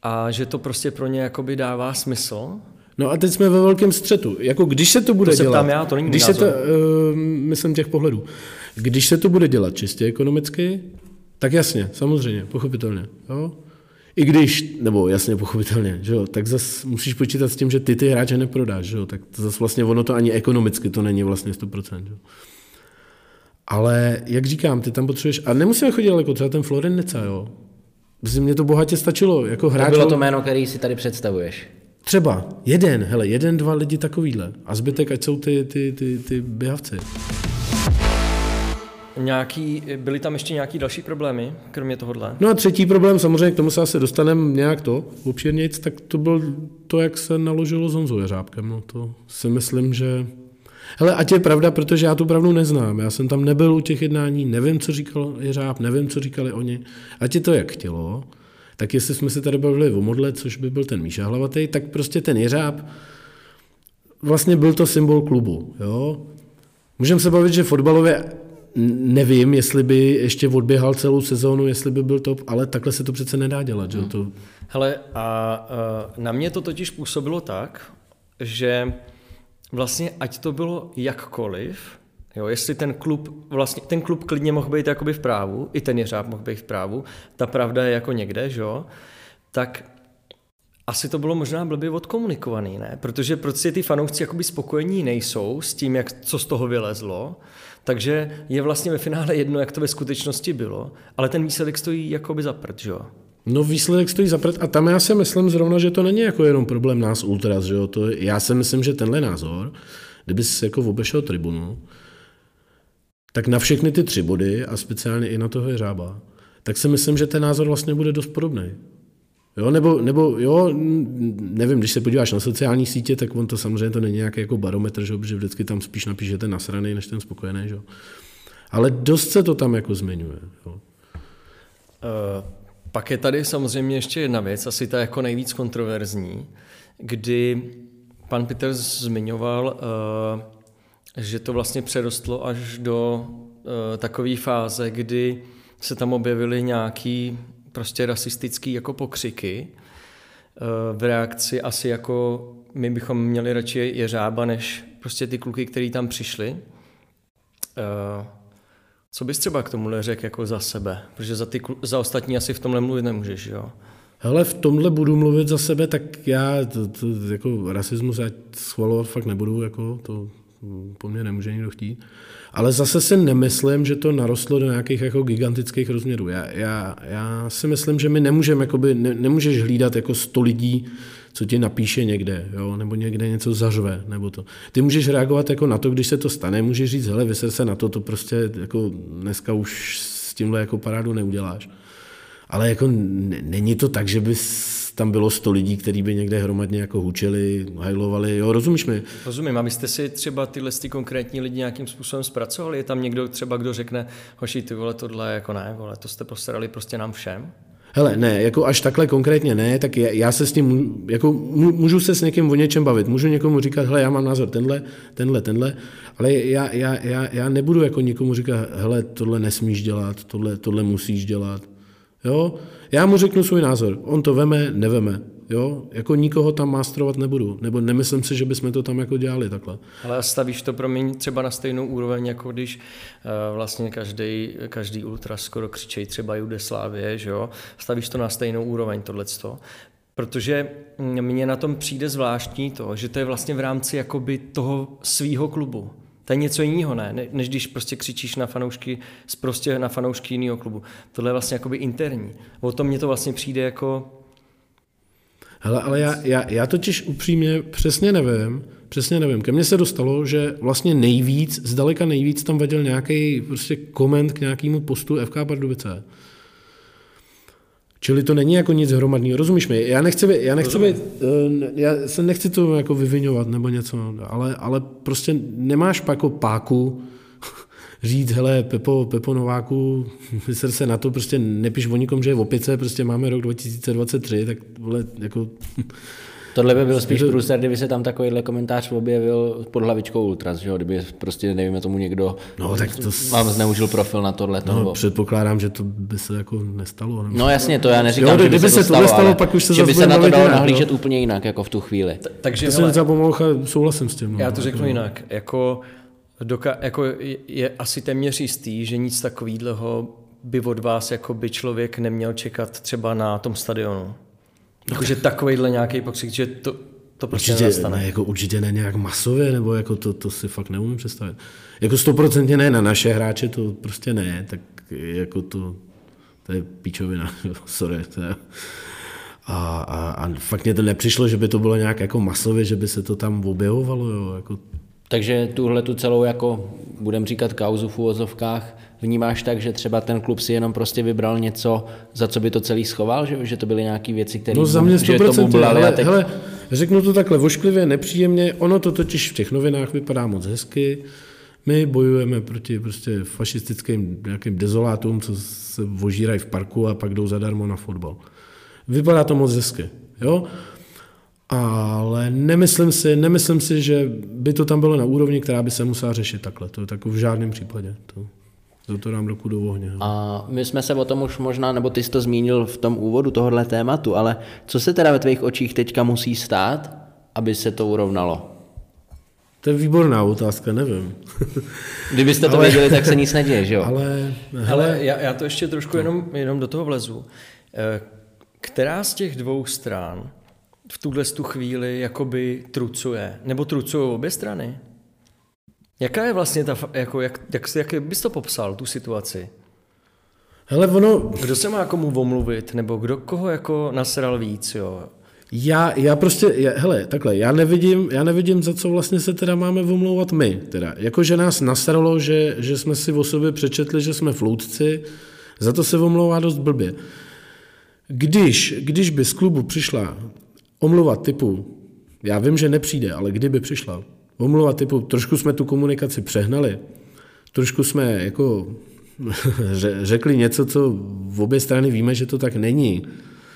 a že to prostě pro ně jakoby dává smysl. No a teď jsme ve velkém střetu. Jako když se to bude to se dělat, ptám já, to není když můj se to, názor. uh, myslím těch pohledů, když se to bude dělat čistě ekonomicky, tak jasně, samozřejmě, pochopitelně. Jo? I když, nebo jasně pochopitelně, že jo, tak zase musíš počítat s tím, že ty ty hráče neprodáš, že jo, tak to zase vlastně ono to ani ekonomicky to není vlastně sto procent. Že jo. Ale jak říkám, ty tam potřebuješ, a nemusíme chodit daleko, třeba ten Florin Neca, jo. Mně to bohatě stačilo, jako hráč. To bylo to jméno, který si tady představuješ. Třeba jeden, hele, jeden, dva lidi takovýhle. A zbytek, ať jsou ty, ty, ty, ty běhavci. Nějaký, byly tam ještě nějaký další problémy, kromě tohohle? No a třetí problém, samozřejmě k tomu se asi dostaneme nějak to, obšírnějc, tak to byl to, jak se naložilo s Honzou Jeřábkem. No to si myslím, že... Hele, ať je pravda, protože já tu pravdu neznám. Já jsem tam nebyl u těch jednání, nevím, co říkal Jeřáb, nevím, co říkali oni. Ať je to jak chtělo, tak jestli jsme se tady bavili o modle, což by byl ten Míša Hlavatý, tak prostě ten Jeřáb vlastně byl to symbol klubu. Jo? Můžeme se bavit, že fotbalově nevím, jestli by ještě odběhal celou sezónu, jestli by byl top, ale takhle se to přece nedá dělat. Že? To... Hele, a, a na mě to totiž působilo tak, že vlastně ať to bylo jakkoliv, jo, jestli ten klub, vlastně ten klub klidně mohl být jakoby v právu, i ten Jeřáb mohl být v právu, ta pravda je jako někde, že jo, tak asi to bylo možná blbě odkomunikovaný, ne? Protože prostě ty fanoušci jakoby spokojení nejsou s tím, jak, co z toho vylezlo, takže je vlastně ve finále jedno, jak to ve skutečnosti bylo, ale ten výsledek stojí jakoby za prd, že jo. No výsledek stojí za prd a tam já si myslím zrovna, že to není jako jenom problém nás ultras, že jo. To, já si myslím, že tenhle názor, kdyby jsi jako obešel tribunu, tak na všechny ty tři body a speciálně i na toho Jeřába, tak si myslím, že ten názor vlastně bude dost podobný. Jo, nebo, nebo jo, nevím, když se podíváš na sociální sítě, tak on to samozřejmě to není nějaký jako barometr, že, že vždycky tam spíš napíše ten nasranej, než ten spokojený, že? Ale dost se to tam jako zmiňuje. Jo. Uh, pak je tady samozřejmě ještě jedna věc, asi ta jako nejvíc kontroverzní, kdy pan Peters zmiňoval, uh, že to vlastně přerostlo až do uh, takové fáze, kdy se tam objevily nějaký prostě rasistický jako pokřiky v reakci asi jako my bychom měli radši Jeřába, než prostě ty kluky, který tam přišli. Co bys třeba k tomuhle řekl jako za sebe? Protože za, ty, za ostatní asi v tomhle mluvit nemůžeš, jo? Hele, v tomhle budu mluvit za sebe, tak já to, to, jako rasismus já schvalovat fakt nebudu, jako to po mně nemůže nikdo chtít. Ale zase si nemyslím, že to narostlo do nějakých jako gigantických rozměrů. Já, já, já si myslím, že my nemůžeme, jakoby, ne, nemůžeš hlídat jako sto lidí, co ti napíše někde, jo, nebo někde něco zařve, nebo to. Ty můžeš reagovat jako na to, když se to stane, můžeš říct, hele, vyser se na to, to prostě jako dneska už s tímhle jako parádu neuděláš. Ale jako n- není to tak, že bys tam bylo sto lidí, kteří by někde hromadně jako hučeli, hajlovali, jo, rozumíš mi? Rozumím, a byste si třeba tyhle ty konkrétní lidi nějakým způsobem zpracovali? Je tam někdo třeba, kdo řekne, hoši, ty vole, tohle jako ne, vole, to jste postarali prostě nám všem? Hele, ne, jako až takhle konkrétně ne, tak já se s tím, jako můžu se s někým o něčem bavit, můžu někomu říkat, hele, já mám názor tenhle, tenhle, tenhle, ale já, já, já, já nebudu jako nikomu říkat, hele, tohle nesmíš dělat, tohle, tohle musíš dělat. Jo? Já mu řeknu svůj názor. On to veme, neveme. Jo? Jako nikoho tam mástrovat nebudu. Nebo nemyslím si, že bychom to tam jako dělali takhle. Ale stavíš to pro mě třeba na stejnou úroveň, jako když uh, vlastně každý, každý ultra skoro křičej třeba Judeslávie, že jo? Stavíš to na stejnou úroveň tohleto. Protože mně na tom přijde zvláštní to, že to je vlastně v rámci jakoby toho svýho klubu. To je něco jiného, ne? Než když prostě křičíš na fanoušky, prostě na fanoušky jiného klubu. Tohle je vlastně jakoby interní. O tom mně to vlastně přijde jako... Hele, ale já, já, já totiž upřímně přesně nevím, přesně nevím. Ke mně se dostalo, že vlastně nejvíc, zdaleka nejvíc tam vadil nějaký prostě koment k nějakému postu F K Pardubice. Čili to není jako nic hromadného, rozumíš mi? Já nechci, já nechci být, já se nechci to jako vyviňovat nebo něco, ale, ale prostě nemáš jako páku říct, hele, Pepo, Pepo Nováku, vyser se na to, prostě nepíš o nikom, že je v opice, prostě máme rok dva tisíce dvacet tři, tak vole, jako Tohle by byl spíš průser, kdyby se tam takovýhle komentář objevil pod hlavičkou Ultras, že jo? Kdyby prostě, nevíme tomu někdo no, tak to vám zneužil profil na tohle. No, nebo... předpokládám, že to by se jako nestalo. Nebo... No jasně, to já neříkám, jo, že by kdyby se to stalo, stalo, ale pak už se že by se na to dalo nahlížet no. úplně jinak, jako v tu chvíli. T- takže to se docela Pomloucha, souhlasím s tím. No. Já to řeknu jinak. Jako, doka- jako je, je asi téměř jistý, že nic takového by od vás jako by člověk neměl čekat třeba na tom stadionu. Jakože takovejhle nějaký pokřik, že to, to prostě určitě, nenastane. Ne, jako určitě ne nějak masově, nebo jako to, to si fakt neumím představit. Jako stoprocentně ne, na naše hráče to prostě ne, tak jako to, to je píčovina, sorry. To je. A, a, a fakt mě to nepřišlo, že by to bylo nějak jako masově, že by se to tam objevovalo, jo, jako. Takže tuhle tu celou, jako budem říkat kauzu v uvozovkách, vnímáš tak, že třeba ten klub si jenom prostě vybral něco, za co by to celý schoval, že, že to byly nějaké věci, které no, za mě že to bublali hele, a teď... hele, řeknu to takhle vošklivě, nepříjemně, ono to totiž v těch novinách vypadá moc hezky, my bojujeme proti prostě fašistickým nějakým dezolátům, co se ožírají v parku a pak jdou zadarmo na fotbal. Vypadá to moc hezky, jo? Ale nemyslím si, nemyslím si, že by to tam bylo na úrovni, která by se musela řešit takhle. To je tak v žádném případě. To, to, to dám ruku do ohně. A my jsme se o tom už možná, nebo ty jsi to zmínil v tom úvodu tohohle tématu, ale co se teda ve tvých očích teďka musí stát, aby se to urovnalo? To je výborná otázka, nevím. Kdybyste to ale, věděli, tak se nic neděje, že jo? Ale, hele, já, já to ještě trošku jenom, jenom do toho vlezu. Která z těch dvou stran v tuhle tu chvíli jakoby trucuje? Nebo trucují obě strany? Jaká je vlastně ta, jako, jak, jak, jak bys to popsal, tu situaci? Hele, ono... Kdo se má komu omluvit? Nebo kdo koho jako nasral víc, jo? Já, já prostě, já, hele, takhle, já nevidím, já nevidím, za co vlastně se teda máme omlouvat my, teda. Jakože nás nasralo, že, že jsme si o sobě přečetli, že jsme floutci, za to se omlouvá dost blbě. Když, když by z klubu přišla omluva typu, já vím, že nepřijde, ale kdyby přišla omluva typu, trošku jsme tu komunikaci přehnali, trošku jsme jako řekli něco, co v obě strany víme, že to tak není.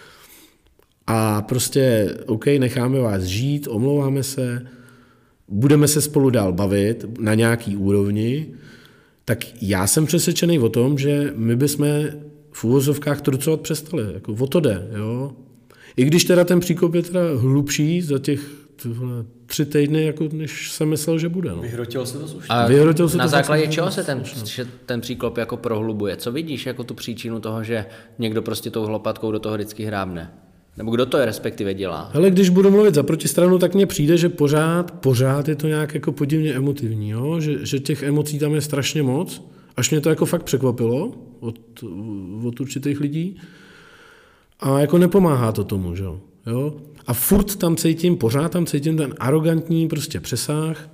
A prostě, OK, necháme vás žít, omlouváme se, budeme se spolu dál bavit na nějaký úrovni, tak já jsem přesvědčený o tom, že my bychom v uvozovkách trucovat přestali. Jako o to jde, jo. I když teda ten příkop je teda hlubší za těch tyhle, tři týdny, jako než jsem myslel, že bude. No. Vyhrotil se to slušně. A Vyhrotil se na to základě čeho se ten, ten příklop jako prohlubuje? Co vidíš jako tu příčinu toho, že někdo prostě tou lopatkou do toho vždycky hrábne? Nebo kdo to je respektive dělá? Hele, když budu mluvit za protistranu, tak mně přijde, že pořád, pořád je to nějak jako podivně emotivní, jo? Že, že těch emocí tam je strašně moc, až mě to jako fakt překvapilo od, od určitých lidí a jako nepomáhá to tomu, že jo? A furt tam cítím, pořád tam cítím ten arrogantní prostě přesah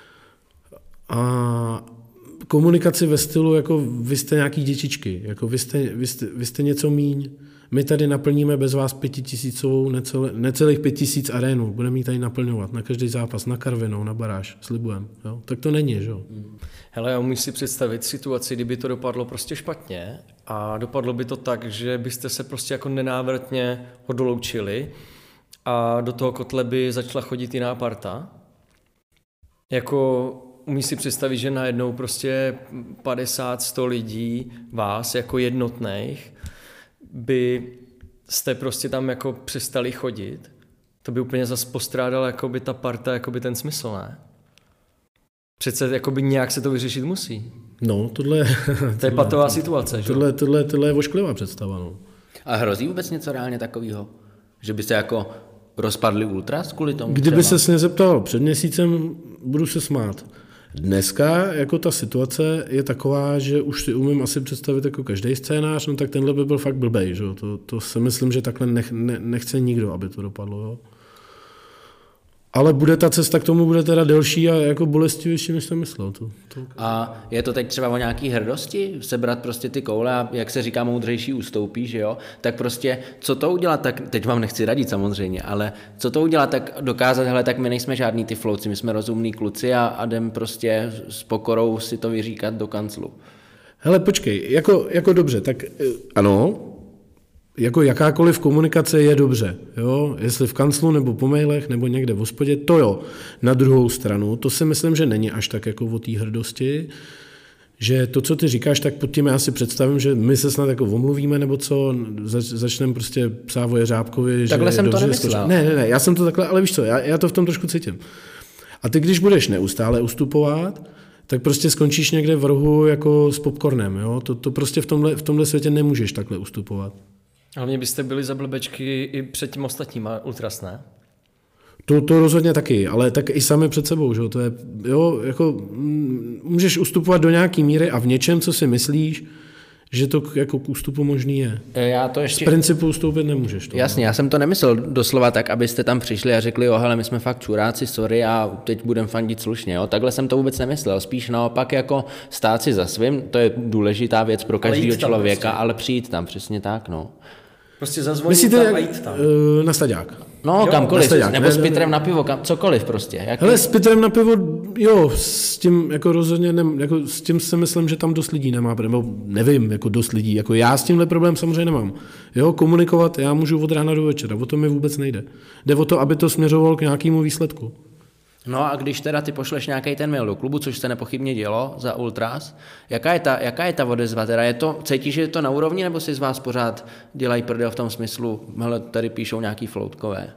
a komunikaci ve stylu, jako vy jste nějaký dětičky, jako vy jste, vy jste, vy jste něco míň. My tady naplníme bez vás pětitisícovou, necelé, necelých pět tisíc arénu. Budeme ji tady naplňovat na každý zápas, na Karvinou, na baráž, slibujem. Jo? Tak to není, že jo? Hele, já umím si představit situaci, kdyby to dopadlo prostě špatně a dopadlo by to tak, že byste se prostě jako nenávratně odoloučili a do toho kotle by začala chodit jiná parta. Jako umím si představit, že najednou prostě padesát sto lidí vás jako jednotných by jste prostě tam jako přestali chodit, to by úplně zase postrádala jakoby ta parta, jakoby ten smysl, ne? Přece jakoby nějak se to vyřešit musí. No, tohle... To je patová situace, že? Tohle, tohle, tohle je vošklivá představa, no. A hrozí vůbec něco reálně takového? Že by se jako rozpadli ultras kvůli tomu? Kdyby třeba? se mě zeptal před měsícem, budu se smát. Dneska jako ta situace je taková, že už si umím asi představit jako každý scénář, no tak tenhle by byl fakt blbej, že jo? To, to si myslím, že takhle nech, ne, nechce nikdo, aby to dopadlo, jo? Ale bude ta cesta k tomu bude teda delší a jako bolestivější, než jsem myslel. To, to... A je to teď třeba o nějaký hrdosti? Sebrat prostě ty koule a jak se říká moudřejší ustoupí, že jo? Tak prostě co to udělat, tak teď vám nechci radit samozřejmě, ale co to udělat, tak dokázat, hele, tak my nejsme žádný ty flouci, my jsme rozumní kluci a, a jdem prostě s pokorou si to vyříkat do kanclu. Hele, počkej, jako, jako dobře, tak ano, jako jakákoliv komunikace je dobře, jo? Jestli v kanclu nebo po mailech nebo někde v hospodě, to jo. Na druhou stranu, to si myslím, že není až tak jako o té hrdosti, že to, co ty říkáš, tak pod tím já si představím, že my se snad jako omluvíme nebo co, zač, začneme prostě psát o Jeřábkovi. Takhle že jsem dobře to nemyslel. Skočil. Ne, ne, ne, já jsem to takhle, ale víš co, já, já to v tom trošku cítím. A ty, když budeš neustále ustupovat, tak prostě skončíš někde v rohu jako s popcornem, jo? To, to prostě v tomhle, v tomhle světě nemůžeš takhle ustupovat. Hlavně byste byli za blbečky i před tím ostatníma ultras, ne? To, to rozhodně taky, ale tak i sami před sebou, že? To je, jo, jako můžeš ustupovat do nějaký míry a v něčem, co si myslíš, že to jako k ústupu možný je. Já to ještě... Z principu ustoupit nemůžeš. To, Jasně, já jsem to nemyslel doslova tak, abyste tam přišli a řekli, jo, hele, my jsme fakt čuráci, sorry, a teď budeme fandit slušně, jo. Takhle jsem to vůbec nemyslel, spíš naopak jako stát si za svým, to je důležitá věc pro každého člověka, prostě. Ale přijít tam, přesně tak, no. Prostě zazvonit Myslíte, tam a jít tam. Uh, na staďák. No, jo, kamkoliv, staďák, nebo ne, s ne, Pitrem ne. na pivo, kam, cokoliv prostě. Jaký... Hele, s Pitrem na pivo, jo, s tím jako rozhodně, ne, jako s tím si myslím, že tam dost lidí nemá, nebo nevím, jako dost lidí, jako já s tímhle problém samozřejmě nemám. Jo, komunikovat, já můžu od rána do večera, o to mi vůbec nejde. Jde o to, aby to směřovalo k nějakému výsledku. No a když teda ty pošleš nějaký ten mail do klubu, což se nepochybně dělo za Ultras, jaká je ta, jaká je ta odezva? Teda je to, cítíš, že je to na úrovni, nebo si z vás pořád dělají prdel v tom smyslu, hele, tady píšou nějaký floutkové?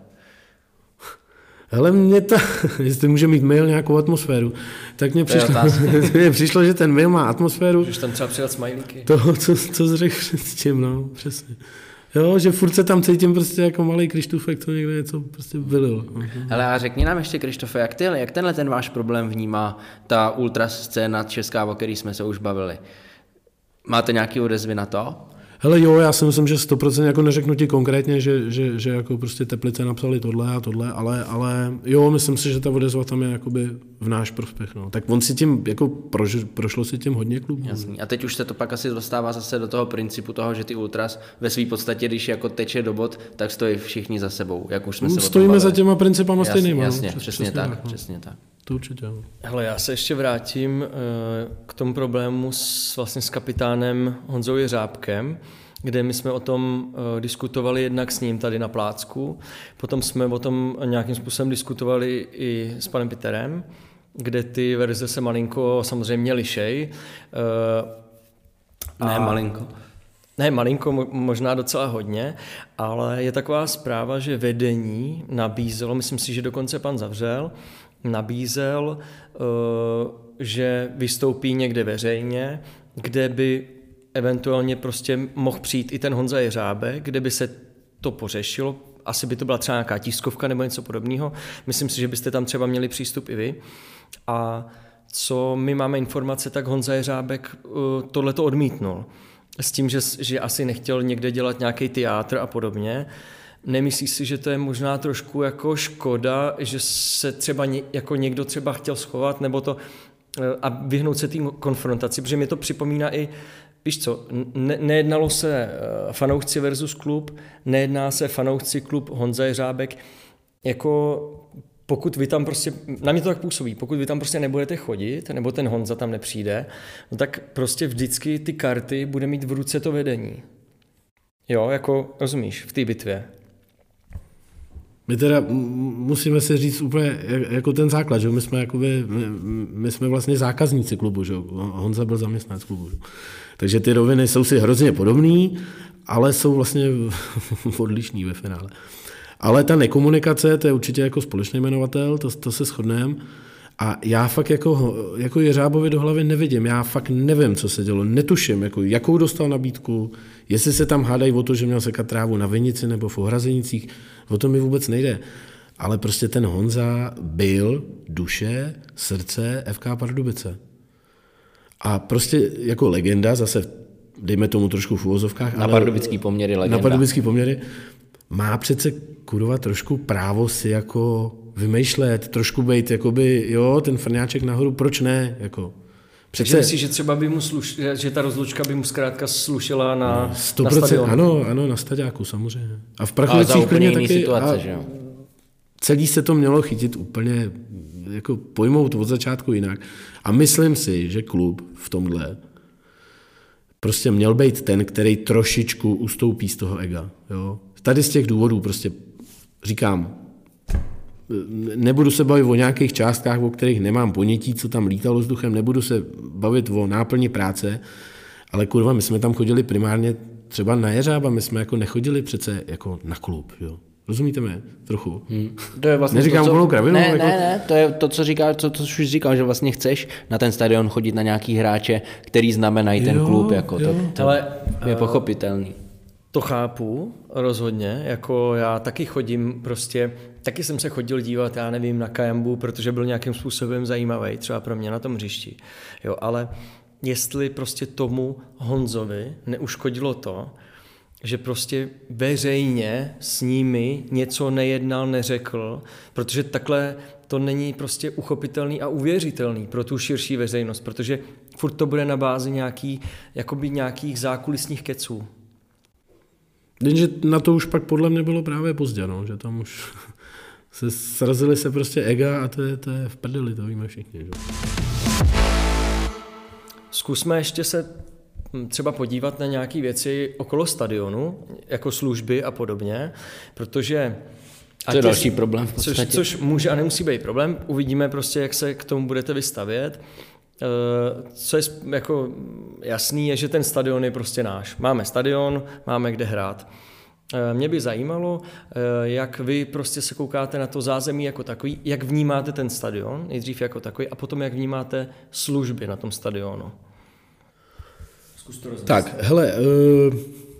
Hele, mě ta, jestli může mít mail nějakou atmosféru, tak mě přišlo, mě přišlo, že ten mail má atmosféru. Můžeš tam třeba přidat smajlíky. Toho, co, co jsi řekl předtím, no, přesně. Jo, že furt se tam cítím prostě jako malý Krištůfek, to někde něco prostě vylil. Hele, a řekni nám ještě, Krištofe, jak, ty, jak tenhle ten váš problém vnímá ta ultras scéna česká, o který jsme se už bavili? Máte nějaký odezvy na to? Hele jo, já si myslím, že sto procent jako neřeknu ti konkrétně, že, že, že jako prostě Teplice napsali tohle a tohle, ale, ale jo, myslím si, že ta odezva tam je jakoby v náš prospěch. No. Tak on si tím, jako prož, prošlo si tím hodně klubů. Jasný. A teď už se to pak asi dostává zase do toho principu toho, že ty ultras ve své podstatě, když jako teče do bod, tak stojí všichni za sebou, jak už jsme se Stojíme za těma principama stejnýma. Jasně, no, přesně, přesně tak, tak no. přesně tak. To určitě. No. Hele, já se ještě vrátím k tomu problému s, vlastně s kapitánem Honzou Jeřábkem, kde my jsme o tom uh, diskutovali jednak s ním tady na Plácku, potom jsme o tom nějakým způsobem diskutovali i s panem Piterem, kde ty verze se malinko samozřejmě lišej. Uh, ne, malinko. Ne, malinko, možná docela hodně, ale je taková zpráva, že vedení nabízelo, myslím si, že dokonce pan Zavřel, nabízel, uh, že vystoupí někde veřejně, kde by eventuálně prostě mohl přijít i ten Honza Jeřábek, kde by se to pořešilo, asi by to byla třeba nějaká tiskovka nebo něco podobného. Myslím si, že byste tam třeba měli přístup i vy. A co my máme informace, tak Honza Jeřábek uh, tohleto odmítnul. S tím, že, že asi nechtěl někde dělat nějaký teátr a podobně. Nemyslíš si, že to je možná trošku jako škoda, že se třeba ně, jako někdo třeba chtěl schovat, nebo to uh, a vyhnout se té konfrontaci, protože mi to připomíná i víš co, ne, nejednalo se fanoušci versus klub, nejedná se fanoušci klub Honza Jeřábek, jako pokud vy tam prostě, na mě to tak působí, pokud vy tam prostě nebudete chodit, nebo ten Honza tam nepřijde, no tak prostě vždycky ty karty bude mít v ruce to vedení. Jo, jako rozumíš, v té bitvě. My teda musíme si říct úplně jako ten základ, že my jsme, jakoby, my, my jsme vlastně zákazníci klubu, že Honza byl zaměstnanec klubu. Že? Takže ty roviny jsou si hrozně podobný, ale jsou vlastně odlišný ve finále. Ale ta nekomunikace, to je určitě jako společný jmenovatel, to, to se shodneme. A já fakt jako, jako Jeřábovi do hlavy nevidím, já fakt nevím, co se dělo, netuším, jako, jakou dostal nabídku, jestli se tam hádají o to, že měl sekat trávu na Vinici nebo v Ohrazenicích, o to mi vůbec nejde. Ale prostě ten Honza byl duše, srdce F K Pardubice. A prostě jako legenda, zase dejme tomu trošku v uvozovkách. Na pardubický poměry legenda. Na pardubický poměry má přece kurva trošku právo si jako vymýšlet, trošku bejt, jakoby, jo, ten frňáček nahoru, proč ne, jako. Přece myslíš, že třeba by mu sluš, že ta rozlučka by mu zkrátka slušela na, sto na procent, stadionu? Ano, ano, na stadiáku samozřejmě. A v Prachovicích klidně taky. Situace, že jo? Celý se to mělo chytit úplně, jako pojmout od začátku jinak. A myslím si, že klub v tomhle prostě měl být ten, který trošičku ustoupí z toho ega. Jo? Tady z těch důvodů prostě říkám, nebudu se bavit o nějakých částkách, o kterých nemám ponětí, co tam lítalo vzduchem, nebudu se bavit o náplni práce, ale kurva, my jsme tam chodili primárně třeba na jeřáb a my jsme jako nechodili přece jako na klub, jo. Rozumíte mi trochu? Hmm. To je vlastně Neříkám to, co... kravinu, ne, jako... ne, ne, to je to, co říká, co, co už říkal, že vlastně chceš na ten stadion chodit na nějaký hráče, který znamenají ten jo, klub, jako jo. to, to Ale, je pochopitelný. To chápu rozhodně, jako já taky chodím prostě, taky jsem se chodil dívat, já nevím, na Kajambu, protože byl nějakým způsobem zajímavý, třeba pro mě na tom hřišti, jo, ale jestli prostě tomu Honzovi neuškodilo to, že prostě veřejně s nimi něco nejednal, neřekl, protože takhle to není prostě uchopitelný a uvěřitelný pro tu širší veřejnost, protože furt to bude na bázi nějaký, jakoby nějakých zákulisních keců. Jenže na to už pak podle mě bylo právě pozdě, no, že tam už se srazily se prostě ega a to je, to je v prdeli, to víme všichni. Že? Zkusme ještě se třeba podívat na nějaké věci okolo stadionu, jako služby a podobně, protože... To je další problém v podstatě. Což, což může a nemusí být problém, uvidíme prostě, jak se k tomu budete vystavět. Co je jako jasný, je, že ten stadion je prostě náš. Máme stadion, máme kde hrát. Mě by zajímalo, jak vy prostě se koukáte na to zázemí jako takový, jak vnímáte ten stadion, nejdřív jako takový, a potom jak vnímáte služby na tom stadionu. Zkus to rozmyslet. Tak, hele, uh,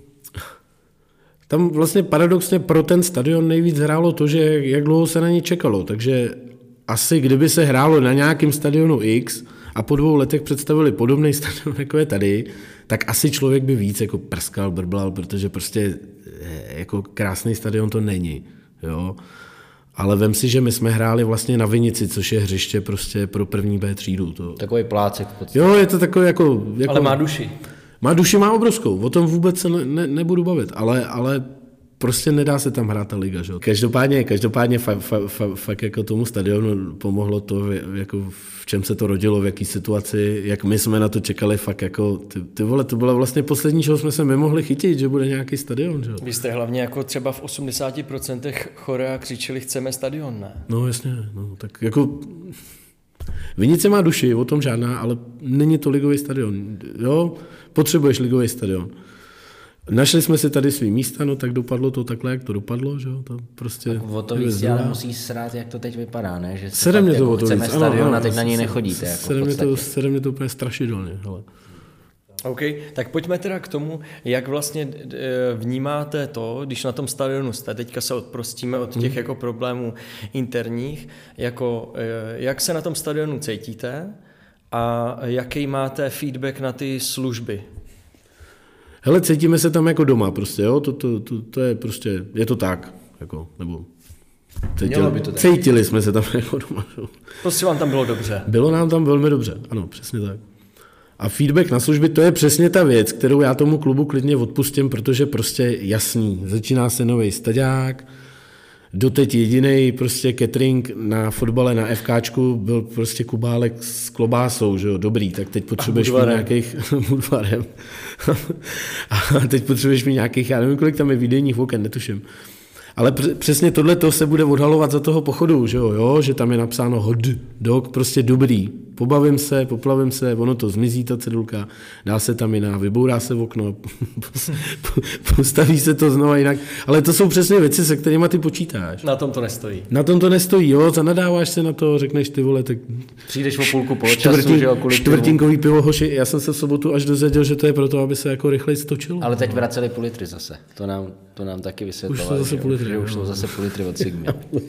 tam vlastně paradoxně pro ten stadion nejvíc hrálo to, že jak dlouho se na ně čekalo, takže asi kdyby se hrálo na nějakém stadionu X a po dvou letech představili podobný stadion, jako je tady, tak asi člověk by víc jako prskal, brblal, protože prostě jako krásný stadion to není, jo. Ale vem si, že my jsme hráli vlastně na Vinici, což je hřiště prostě pro první B třídu. To... Takový plácek v podstatě. Jo, je to takový jako, jako... Ale má duši. Má duši, má obrovskou, o tom vůbec se ne, ne, nebudu bavit, ale, ale prostě nedá se tam hrát ta liga. Že? Každopádně, každopádně fa, fa, fa, fakt jako tomu stadionu pomohlo to, jako v čem se to rodilo, v jaký situaci, jak my jsme na to čekali, fakt jako, ty, ty vole, to bylo vlastně poslední, čeho jsme se my mohli chytit, že bude nějaký stadion. Že? Vy jste hlavně jako třeba v osmdesáti procentech chorea křičeli, chceme stadion, ne? No jasně, no, tak jako... Vinice má duši, o tom žádná, ale není to ligový stadion. Jo, potřebuješ ligový stadion. Našli jsme si tady svý místa, no tak dopadlo to takhle, jak to dopadlo, že jo, to prostě... Tak o to víc, ale musí srát, jak to teď vypadá, ne? Že Sede mě to jako o to chceme víc, stadion ano, ano, a teď na něj nechodíte, jako sede mě to, sede mě to úplně strašidelně, hele. OK, tak pojďme teda k tomu, jak vlastně vnímáte to, když na tom stadionu jste, teďka se odprostíme od těch hmm. jako problémů interních, jako jak se na tom stadionu cítíte a jaký máte feedback na ty služby? Hele, cítíme se tam jako doma prostě, jo, to, to, to, to je prostě, je to tak, jako, nebo cítili, by to cítili jsme se tam jako doma. Jo. Prostě vám tam bylo dobře. Bylo nám tam velmi dobře, ano, přesně tak. A feedback na služby, to je přesně ta věc, kterou já tomu klubu klidně odpustím, protože prostě jasný, začíná se nový staďák, doteď jedinej prostě catering na fotbale na FKčku byl prostě kubálek s klobásou, že jo, dobrý, tak teď potřebuješ mít nějakých, budvarem, a teď potřebuješ mít nějakých, já nevím, kolik tam je výdejních oken, netuším. Ale přesně tohle se bude odhalovat za toho pochodu, že jo, jo, že tam je napsáno hot dog, prostě dobrý. Pobavím se, poplavím se, ono to zmizí, ta cedulka, dá se tam jiná, vybourá se v okno, postaví se to znova jinak. Ale to jsou přesně věci, se kterými ty počítáš. Na tom to nestojí. Na tom to nestojí, jo, zanadáváš se na to, řekneš ty vole, tak... Přijdeš o půlku poločasu, že jo, kvůli čtvrtinkový pivo, hoši, já jsem se v sobotu až dozvěděl, že to je proto, aby se jako rychleji stočilo. Ale teď vraceli půl litry zase, to nám, to nám taky vysvětlovali. Už jsou zase půl litry. Že už jsou zase půl litry od Sigmy.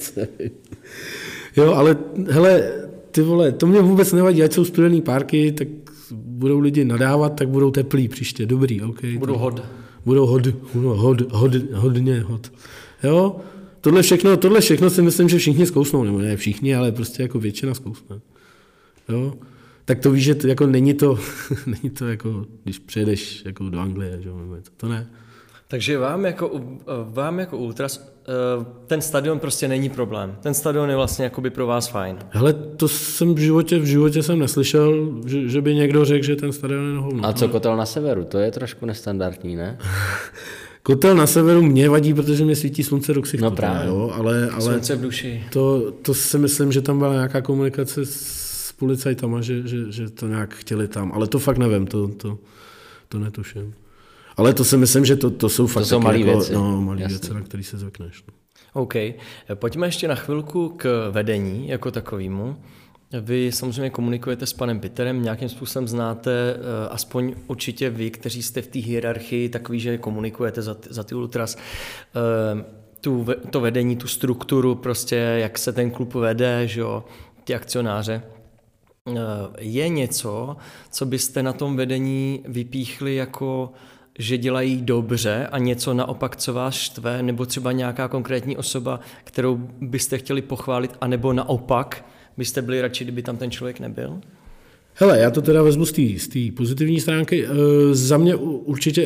Jo, ale hele, ty vole, to mě vůbec nevadí, ať jsou studený párky, tak budou lidi nadávat, tak budou teplý příště, dobrý, ok. Budou hod. Budou hod, hod, hod, hodně hod. Jo, tohle všechno, tohle všechno si myslím, že všichni zkousnou, nebo ne všichni, ale prostě jako většina zkousne. Jo, tak to víš, že to, jako není to, není to jako, když přijedeš jako do Anglie, že jo, to ne. Takže vám jako, vám jako ultras ten stadion prostě není problém. Ten stadion je vlastně jakoby pro vás fajn. Hele, to jsem v životě, v životě jsem neslyšel, že, že by někdo řekl, že ten stadion je hovno. A co kotel na severu? To je trošku nestandardní, ne? Kotel na severu mě vadí, protože mě svítí slunce do ksichtu. No právě. Jo, ale, ale slunce v duši. To, to si myslím, že tam byla nějaká komunikace s policajtama, že, že, že to nějak chtěli tam. Ale to fakt nevím, to, to, to netuším. Ale to si myslím, že to, to jsou fakt to jsou malé jako, věci. No, malé věci, na které se zvykneš. No. OK. Pojďme ještě na chvilku k vedení jako takovému. Vy samozřejmě komunikujete s panem Pitterem, nějakým způsobem znáte, aspoň určitě vy, kteří jste v té hierarchii, takový, že komunikujete za, za ty ultras, tu, to vedení, tu strukturu, prostě jak se ten klub vede, že jo, ty akcionáře. Je něco, co byste na tom vedení vypíchli jako, že dělají dobře a něco naopak, co vás štve, nebo třeba nějaká konkrétní osoba, kterou byste chtěli pochválit, anebo naopak byste byli radši, kdyby tam ten člověk nebyl? Hele, já to teda vezmu z té pozitivní stránky. E, za mě určitě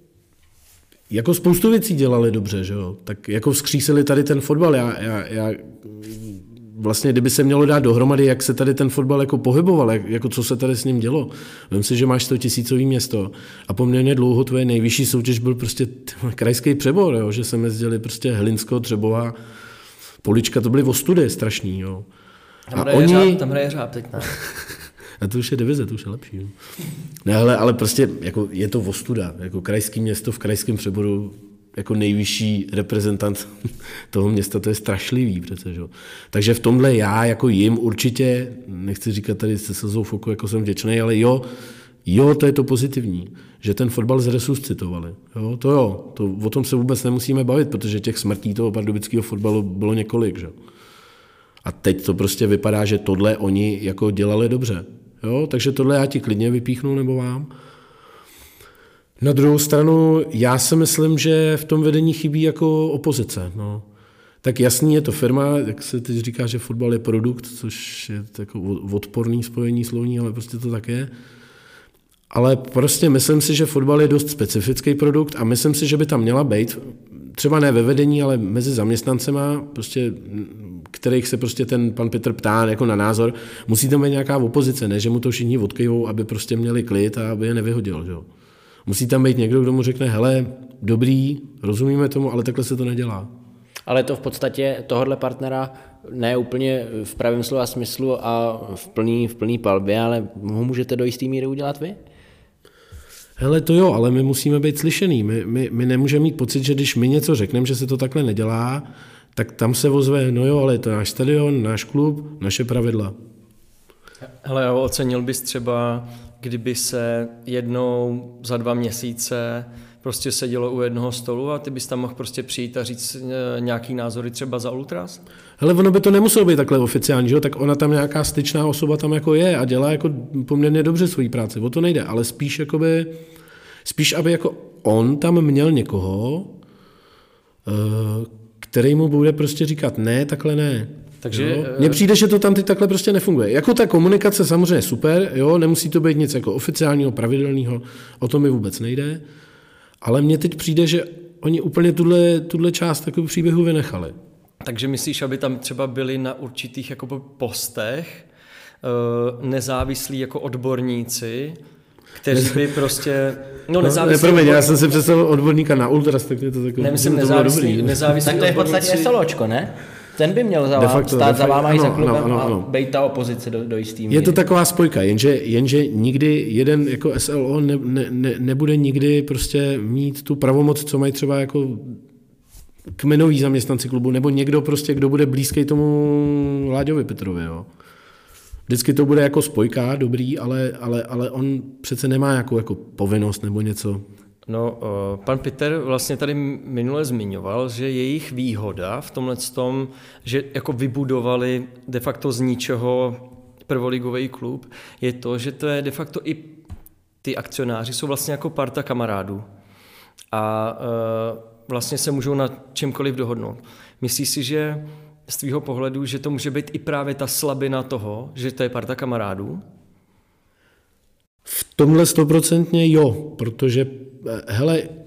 jako spoustu věcí dělali dobře, že jo? Tak jako vzkřísili tady ten fotbal. Já, já, já vlastně, kdyby se mělo dát dohromady, jak se tady ten fotbal jako pohyboval, jak, jako co se tady s ním dělo. Vem si, že máš sto tisícový město a poměrně dlouho tvoje nejvyšší soutěž byl prostě krajský přebor, jo? Že se jezdili prostě Hlinsko, Třebová, Polička, to byly ostudy strašný, jo. Tam a hraje oni... řád, tam hraje řád teď, ne? A to už je divize, to už je lepší. Jo. Ne, hele, ale prostě jako je to ostuda. Jako krajský město v krajském přeboru, jako nejvyšší reprezentant toho města, to je strašlivý přece. Že? Takže v tomhle já jako jim určitě, nechci říkat tady se slzou v oku, jako jsem vděčný, ale jo, jo, to je to pozitivní, že ten fotbal zresuscitovali. Jo, to jo, to, o tom se vůbec nemusíme bavit, protože těch smrtí toho pardubického fotbalu bylo několik. Že? A teď to prostě vypadá, že tohle oni jako dělali dobře. Jo? Takže tohle já ti klidně vypíchnu nebo vám. Na druhou stranu, já si myslím, že v tom vedení chybí jako opozice. No. Tak jasný, je to firma, jak se teď říká, že fotbal je produkt, což je jako odporný spojení slovní, ale prostě to tak je. Ale prostě myslím si, že fotbal je dost specifický produkt a myslím si, že by tam měla být, třeba ne ve vedení, ale mezi zaměstnancema, prostě, kterých se prostě ten pan Petr ptá jako na názor, musí tam být nějaká opozice, ne, že mu to všichni odkyjou, aby prostě měli klid a aby je nevyhodil. Že? Musí tam být někdo, kdo mu řekne, hele, dobrý, rozumíme tomu, ale takhle se to nedělá. Ale to v podstatě tohohle partnera ne úplně v pravém slova smyslu a v plný, v plný palbě, ale ho můžete do jistý míry udělat vy? Hele, to jo, ale my musíme být slyšený. My, my, my nemůžeme mít pocit, že když my něco řekneme, že se to takhle nedělá, tak tam se ozve, no jo, ale je to náš stadion, náš klub, naše pravidla. Hele, ocenil bys třeba, kdyby se jednou za dva měsíce prostě sedělo u jednoho stolu a ty bys tam mohl prostě přijít a říct nějaký názory třeba za ultras? Hele, ono by to nemuselo být takhle oficiální, že jo? Tak ona tam nějaká styčná osoba tam jako je a dělá jako poměrně dobře svoji práci, o to nejde, ale spíš jakoby, spíš aby jako on tam měl někoho, který mu bude prostě říkat ne, takhle ne. Takže mně přijde, že to tam teď takhle prostě nefunguje. Jako ta komunikace samozřejmě super, jo, nemusí to být nic jako oficiálního, pravidelného, o to mi vůbec nejde, ale mně teď přijde, že oni úplně tuhle, tuhle část takového příběhu vynechali. Takže myslíš, aby tam třeba byli na určitých jako postech nezávislí jako odborníci, kteří by prostě... No, nezávislí... No, nepromiň, já jsem si představil odborníka na ultras, tak mě to takový... Nemyslím nezávislí, nezávislí tak to je v podstatě SLOčko, ne? Ten by měl za facto, stát za váma i za klubem ano, ano, ano. A být ta opozice do, do jistý míry. Je to taková spojka, jenže, jenže nikdy jeden jako S L O ne, ne, ne, nebude nikdy prostě mít tu pravomoc, co mají třeba jako kmenoví zaměstnanci klubu, nebo někdo prostě, kdo bude blízký tomu Láďovi Petrovi, jo. Vždycky to bude jako spojka, dobrý, ale, ale, ale on přece nemá jako, jako povinnost nebo něco. No, pan Peter vlastně tady minule zmiňoval, že jejich výhoda v tomhle tom, že jako vybudovali de facto z ničeho prvoligový klub, je to, že to je de facto i ty akcionáři jsou vlastně jako parta kamarádů a vlastně se můžou na čemkoliv dohodnout. Myslíš si, že z tvýho pohledu, že to může být i právě ta slabina toho, že to je parta kamarádů? V tomhle stoprocentně jo, protože hele,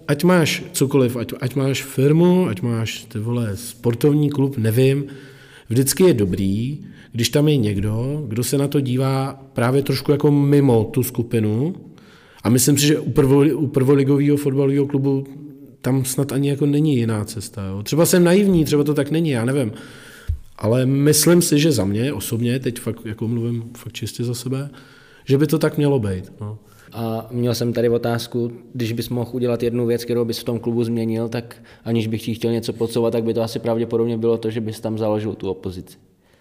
ať máš cokoliv, ať, ať máš firmu, ať máš ty vole sportovní klub, nevím, vždycky je dobrý, když tam je někdo, kdo se na to dívá právě trošku jako mimo tu skupinu. A myslím si, že u, prvo, u prvoligového fotbalového klubu tam snad ani jako není jiná cesta. Jo. Třeba jsem naivní, třeba to tak není, já nevím. Ale myslím si, že za mě osobně, teď fakt jako mluvím fakt čistě za sebe, že by to tak mělo být. No. A měl jsem tady otázku, když bys mohl udělat jednu věc, kterou bys v tom klubu změnil, tak aniž bych ti chtěl něco podsouvat, tak by to asi pravděpodobně bylo to, že bys tam založil tu opozici.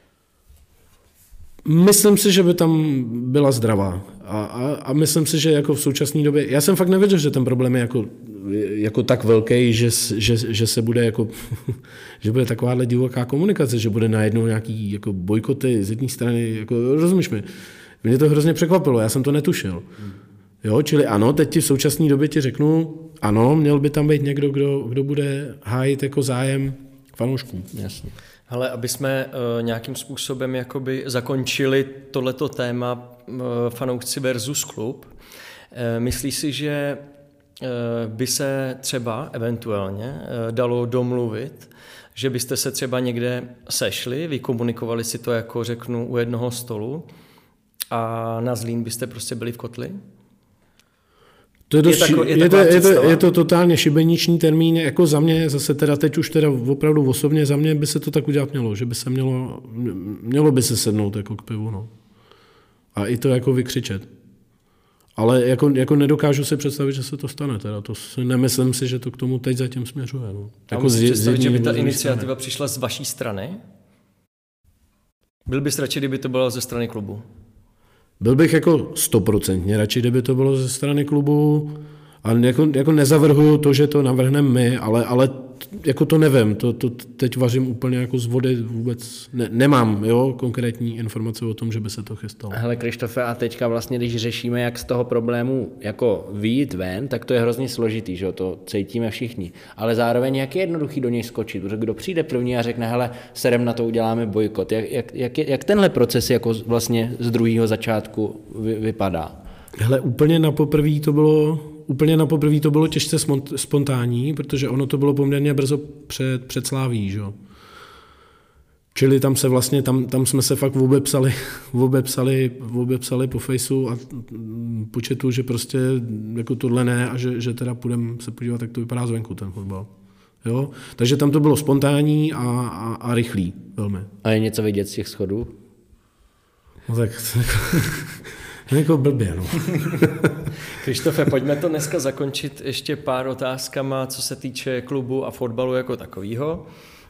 Myslím si, že by tam byla zdravá. A, a, a myslím si, že jako v současné době, já jsem fakt nevěděl, že ten problém je jako, jako tak velký, že, že, že se bude jako, že bude takováhle divoká komunikace, že bude najednou nějaký jako bojkoty z jedné strany, jako rozumíš mi. Mě to hrozně překvapilo, já jsem to netušil. Jo, čili ano, teď ti v současné době ti řeknu, ano, měl by tam být někdo, kdo, kdo bude hájit jako zájem fanoušků. Jasně. Ale aby jsme uh, nějakým způsobem jakoby zakončili tohleto téma uh, fanoušci versus klub, uh, myslíš si, že uh, by se třeba eventuálně uh, dalo domluvit, že byste se třeba někde sešli, vykomunikovali si to jako řeknu u jednoho stolu a na Zlín byste prostě byli v kotli? To je, dost, je, tako, je, je, to, je, to, je to totálně šibeniční termín, jako za mě, zase teda teď už teda opravdu osobně, za mě by se to tak udělat mělo, že by se mělo, mělo by se sednout jako k pivu, no. A i to jako vykřičet. Ale jako, jako nedokážu si představit, že se to stane, teda to si, nemyslím si, že to k tomu teď zatím směřuje, no. A jako musíš představit, že by ta iniciativa strany. Přišla z vaší strany? Byl bys radši, kdyby to bylo ze strany klubu? Byl bych jako stoprocentně radši, kdyby to bylo ze strany klubu, a jako, jako nezavrhuju to, že to navrhneme my, ale, ale jako to nevím, to, to teď vařím úplně jako z vody, vůbec ne, nemám jo, konkrétní informace o tom, že by se to chystalo. Hele Krištofe, a teďka vlastně, když řešíme, jak z toho problému jako vyjít ven, tak to je hrozně složitý, že jo, to cítíme všichni. Ale zároveň jak je jednoduchý do něj skočit, protože kdo přijde první a řekne, hele, serem na to uděláme bojkot. Jak, jak, jak, jak tenhle proces jako vlastně z druhého začátku vy, vypadá? Hele, úplně na poprvé to bylo... Úplně na poprvé to bylo těžce spontánní, protože ono to bylo poměrně brzo před, před Sláví, že? Čili tam se vlastně, tam, tam jsme se fakt obepsali, obepsali, obepsali po fejsu a po chatu, že prostě jako tohle ne a že, že teda půjdeme se podívat, jak to vypadá zvenku ten fotbal. Jo? Takže tam to bylo spontánní a, a, a rychlý velmi. A je něco vidět z těch schodů? No tak... jako blbě, no. Krištofe, pojďme to dneska zakončit ještě pár otázkama, co se týče klubu a fotbalu jako takového.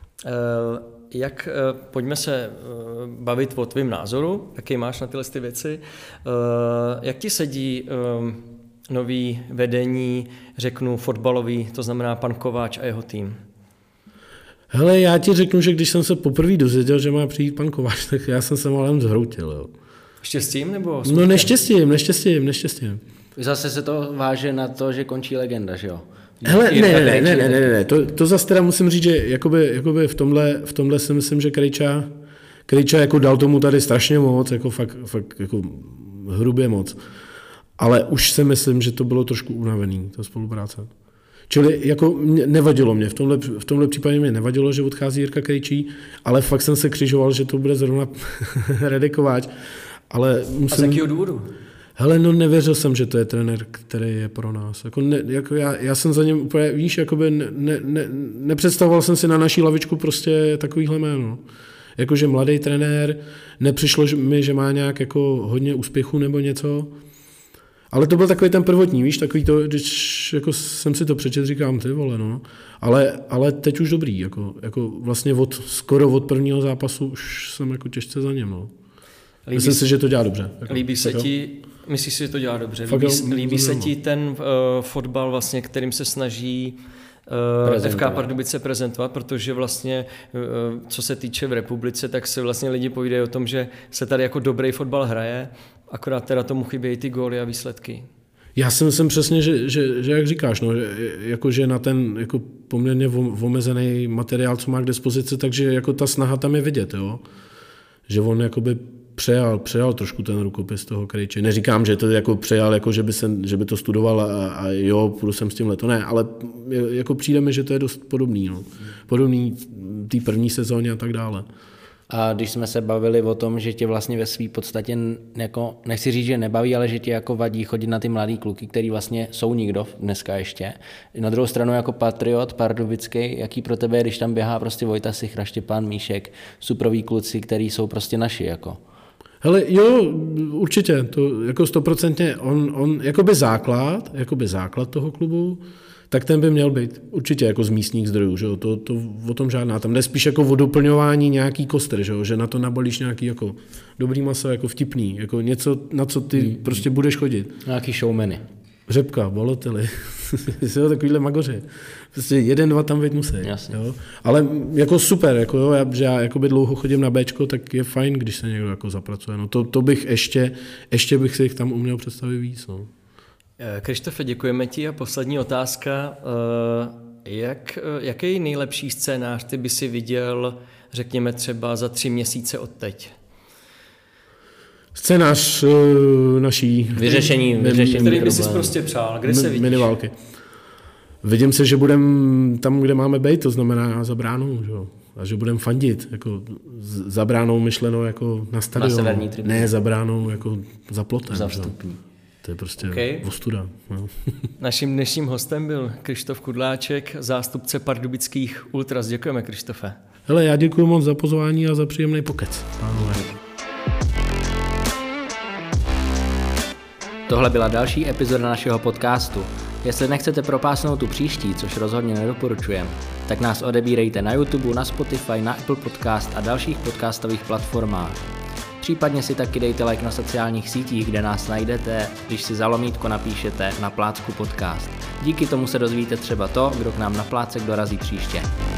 Jak, pojďme se bavit o tvým názoru, jaký máš na tyhle ty věci. Jak ti sedí nový vedení, řeknu fotbalový, to znamená pan Kováč a jeho tým? Hele, já ti řeknu, že když jsem se poprvé dozvěděl, že má přijít pan Kováč, tak já jsem se malem zhroutil, jo. Štěstím nebo smutkem? No neštěstím, neštěstím, neštěstím. Zase se to váže na to, že končí legenda, že jo? Hele, ne, ne, ne, ne, ne, ne, ne, to, to zase teda musím říct, že jakoby, jakoby v, tomhle, v tomhle si myslím, že Krejča, Krejča jako dal tomu tady strašně moc, jako fakt, fakt jako hrubě moc. Ale už si myslím, že to bylo trošku unavený, ta spolupráce. Čili jako nevadilo mě, v tomhle, v tomhle případě mě nevadilo, že odchází Jirka Krejčí, ale fakt jsem se křižoval, že to bude zrovna Radek Kováč. Ale musím... A z jakého důvodu? Hele, no nevěřil jsem, že to je trenér, který je pro nás. Jako ne, jako já, já jsem za něm úplně, víš, jakoby ne, ne, ne, nepředstavoval jsem si na naší lavičku prostě takovýhle jméno. Jakože mladý trenér, nepřišlo mi, že má nějak jako hodně úspěchu nebo něco. Ale to byl takový ten prvotní, víš, takový to, když jako jsem si to přečet, říkám, ty vole, no. Ale, ale teď už dobrý, jako, jako vlastně od, skoro od prvního zápasu už jsem jako těžce za něm, no. Líbí Myslím si, že to dělá dobře. Jako, líbí se ti, myslíš si, že to dělá dobře? Líbí, jo, líbí se ti ten uh, fotbal, vlastně, kterým se snaží uh, F K Pardubice prezentovat, protože vlastně, uh, co se týče v republice, tak se vlastně lidi povídají o tom, že se tady jako dobrý fotbal hraje, akorát teda tomu chybějí ty góly a výsledky. Já si myslím přesně, že, že, že jak říkáš, no, že, jako, že na ten jako poměrně omezený materiál, co má k dispozici, takže jako ta snaha tam je vidět, jo? Že on jakoby přejal, přejal trošku ten rukopis toho Krejče. Neříkám, že to jako přejal, jako že by, se, že by to studoval a, a jo, půjdu sem s tímhle, to ne, ale jako přijde mi, že to je dost podobný. No. Podobný té první sezóně a tak dále. A když jsme se bavili o tom, že tě vlastně ve své podstatě, jako, nechci říct, že nebaví, ale že tě jako vadí chodit na ty mladý kluky, který vlastně jsou nikdo dneska ještě. Na druhou stranu jako patriot pardubický, jaký pro tebe je, když tam běhá prostě Vojta Sichra, Štěpán Míšek, suproví kluci, který jsou prostě naši, jako. Hele, jo, určitě, to jako stoprocentně, on, on jakoby základ, jakoby základ toho klubu, tak ten by měl být určitě jako z místních zdrojů, že jo? To, to o tom žádná. Tam jde spíš jako o doplňování nějaký kostry, že jo? Že na to nabalíš nějaký jako dobrý maso, jako vtipný, jako něco, na co ty hmm. prostě budeš chodit. Nějaký showmany. Řepka, Bolotely, takovýhle magoři. Prostě jeden, dva tam být musí. Jo? Ale jako super, jako jo, já, že já jakoby dlouho chodím na Bčko, tak je fajn, když se někdo jako zapracuje. No to, to bych ještě, ještě bych si jich tam uměl představit víc. No. Krištofe, děkujeme ti a poslední otázka. Jak, jaký nejlepší scénář ty by si viděl, řekněme třeba za tři měsíce od teď? Scénář naší... Vyřešení, vyřešení který by si prostě přál, kde se vidíš? Miniválky. Vidím se, že budem tam, kde máme být, to znamená za bránou, že? A že budem fandit, jako za bránou myšleno jako na stadion. Na severní tribuně. Ne za bránou, jako za plotem. Za vstupní. To je prostě okay. ostuda. No. Naším dnešním hostem byl Krištof Kudláček, zástupce pardubických Ultras. Děkujeme, Krištofe. Hele, já děkuji moc za pozvání a za příjemný pokec. Pánové. Tohle byla další epizoda našeho podcastu. Jestli nechcete propásnout tu příští, což rozhodně nedoporučujem, tak nás odebírejte na YouTube, na Spotify, na Apple Podcast a dalších podcastových platformách. Případně si taky dejte like na sociálních sítích, kde nás najdete, když si za lomítko napíšete Na plácku podcast. Díky tomu se dozvíte třeba to, kdo k nám na plácek dorazí příště.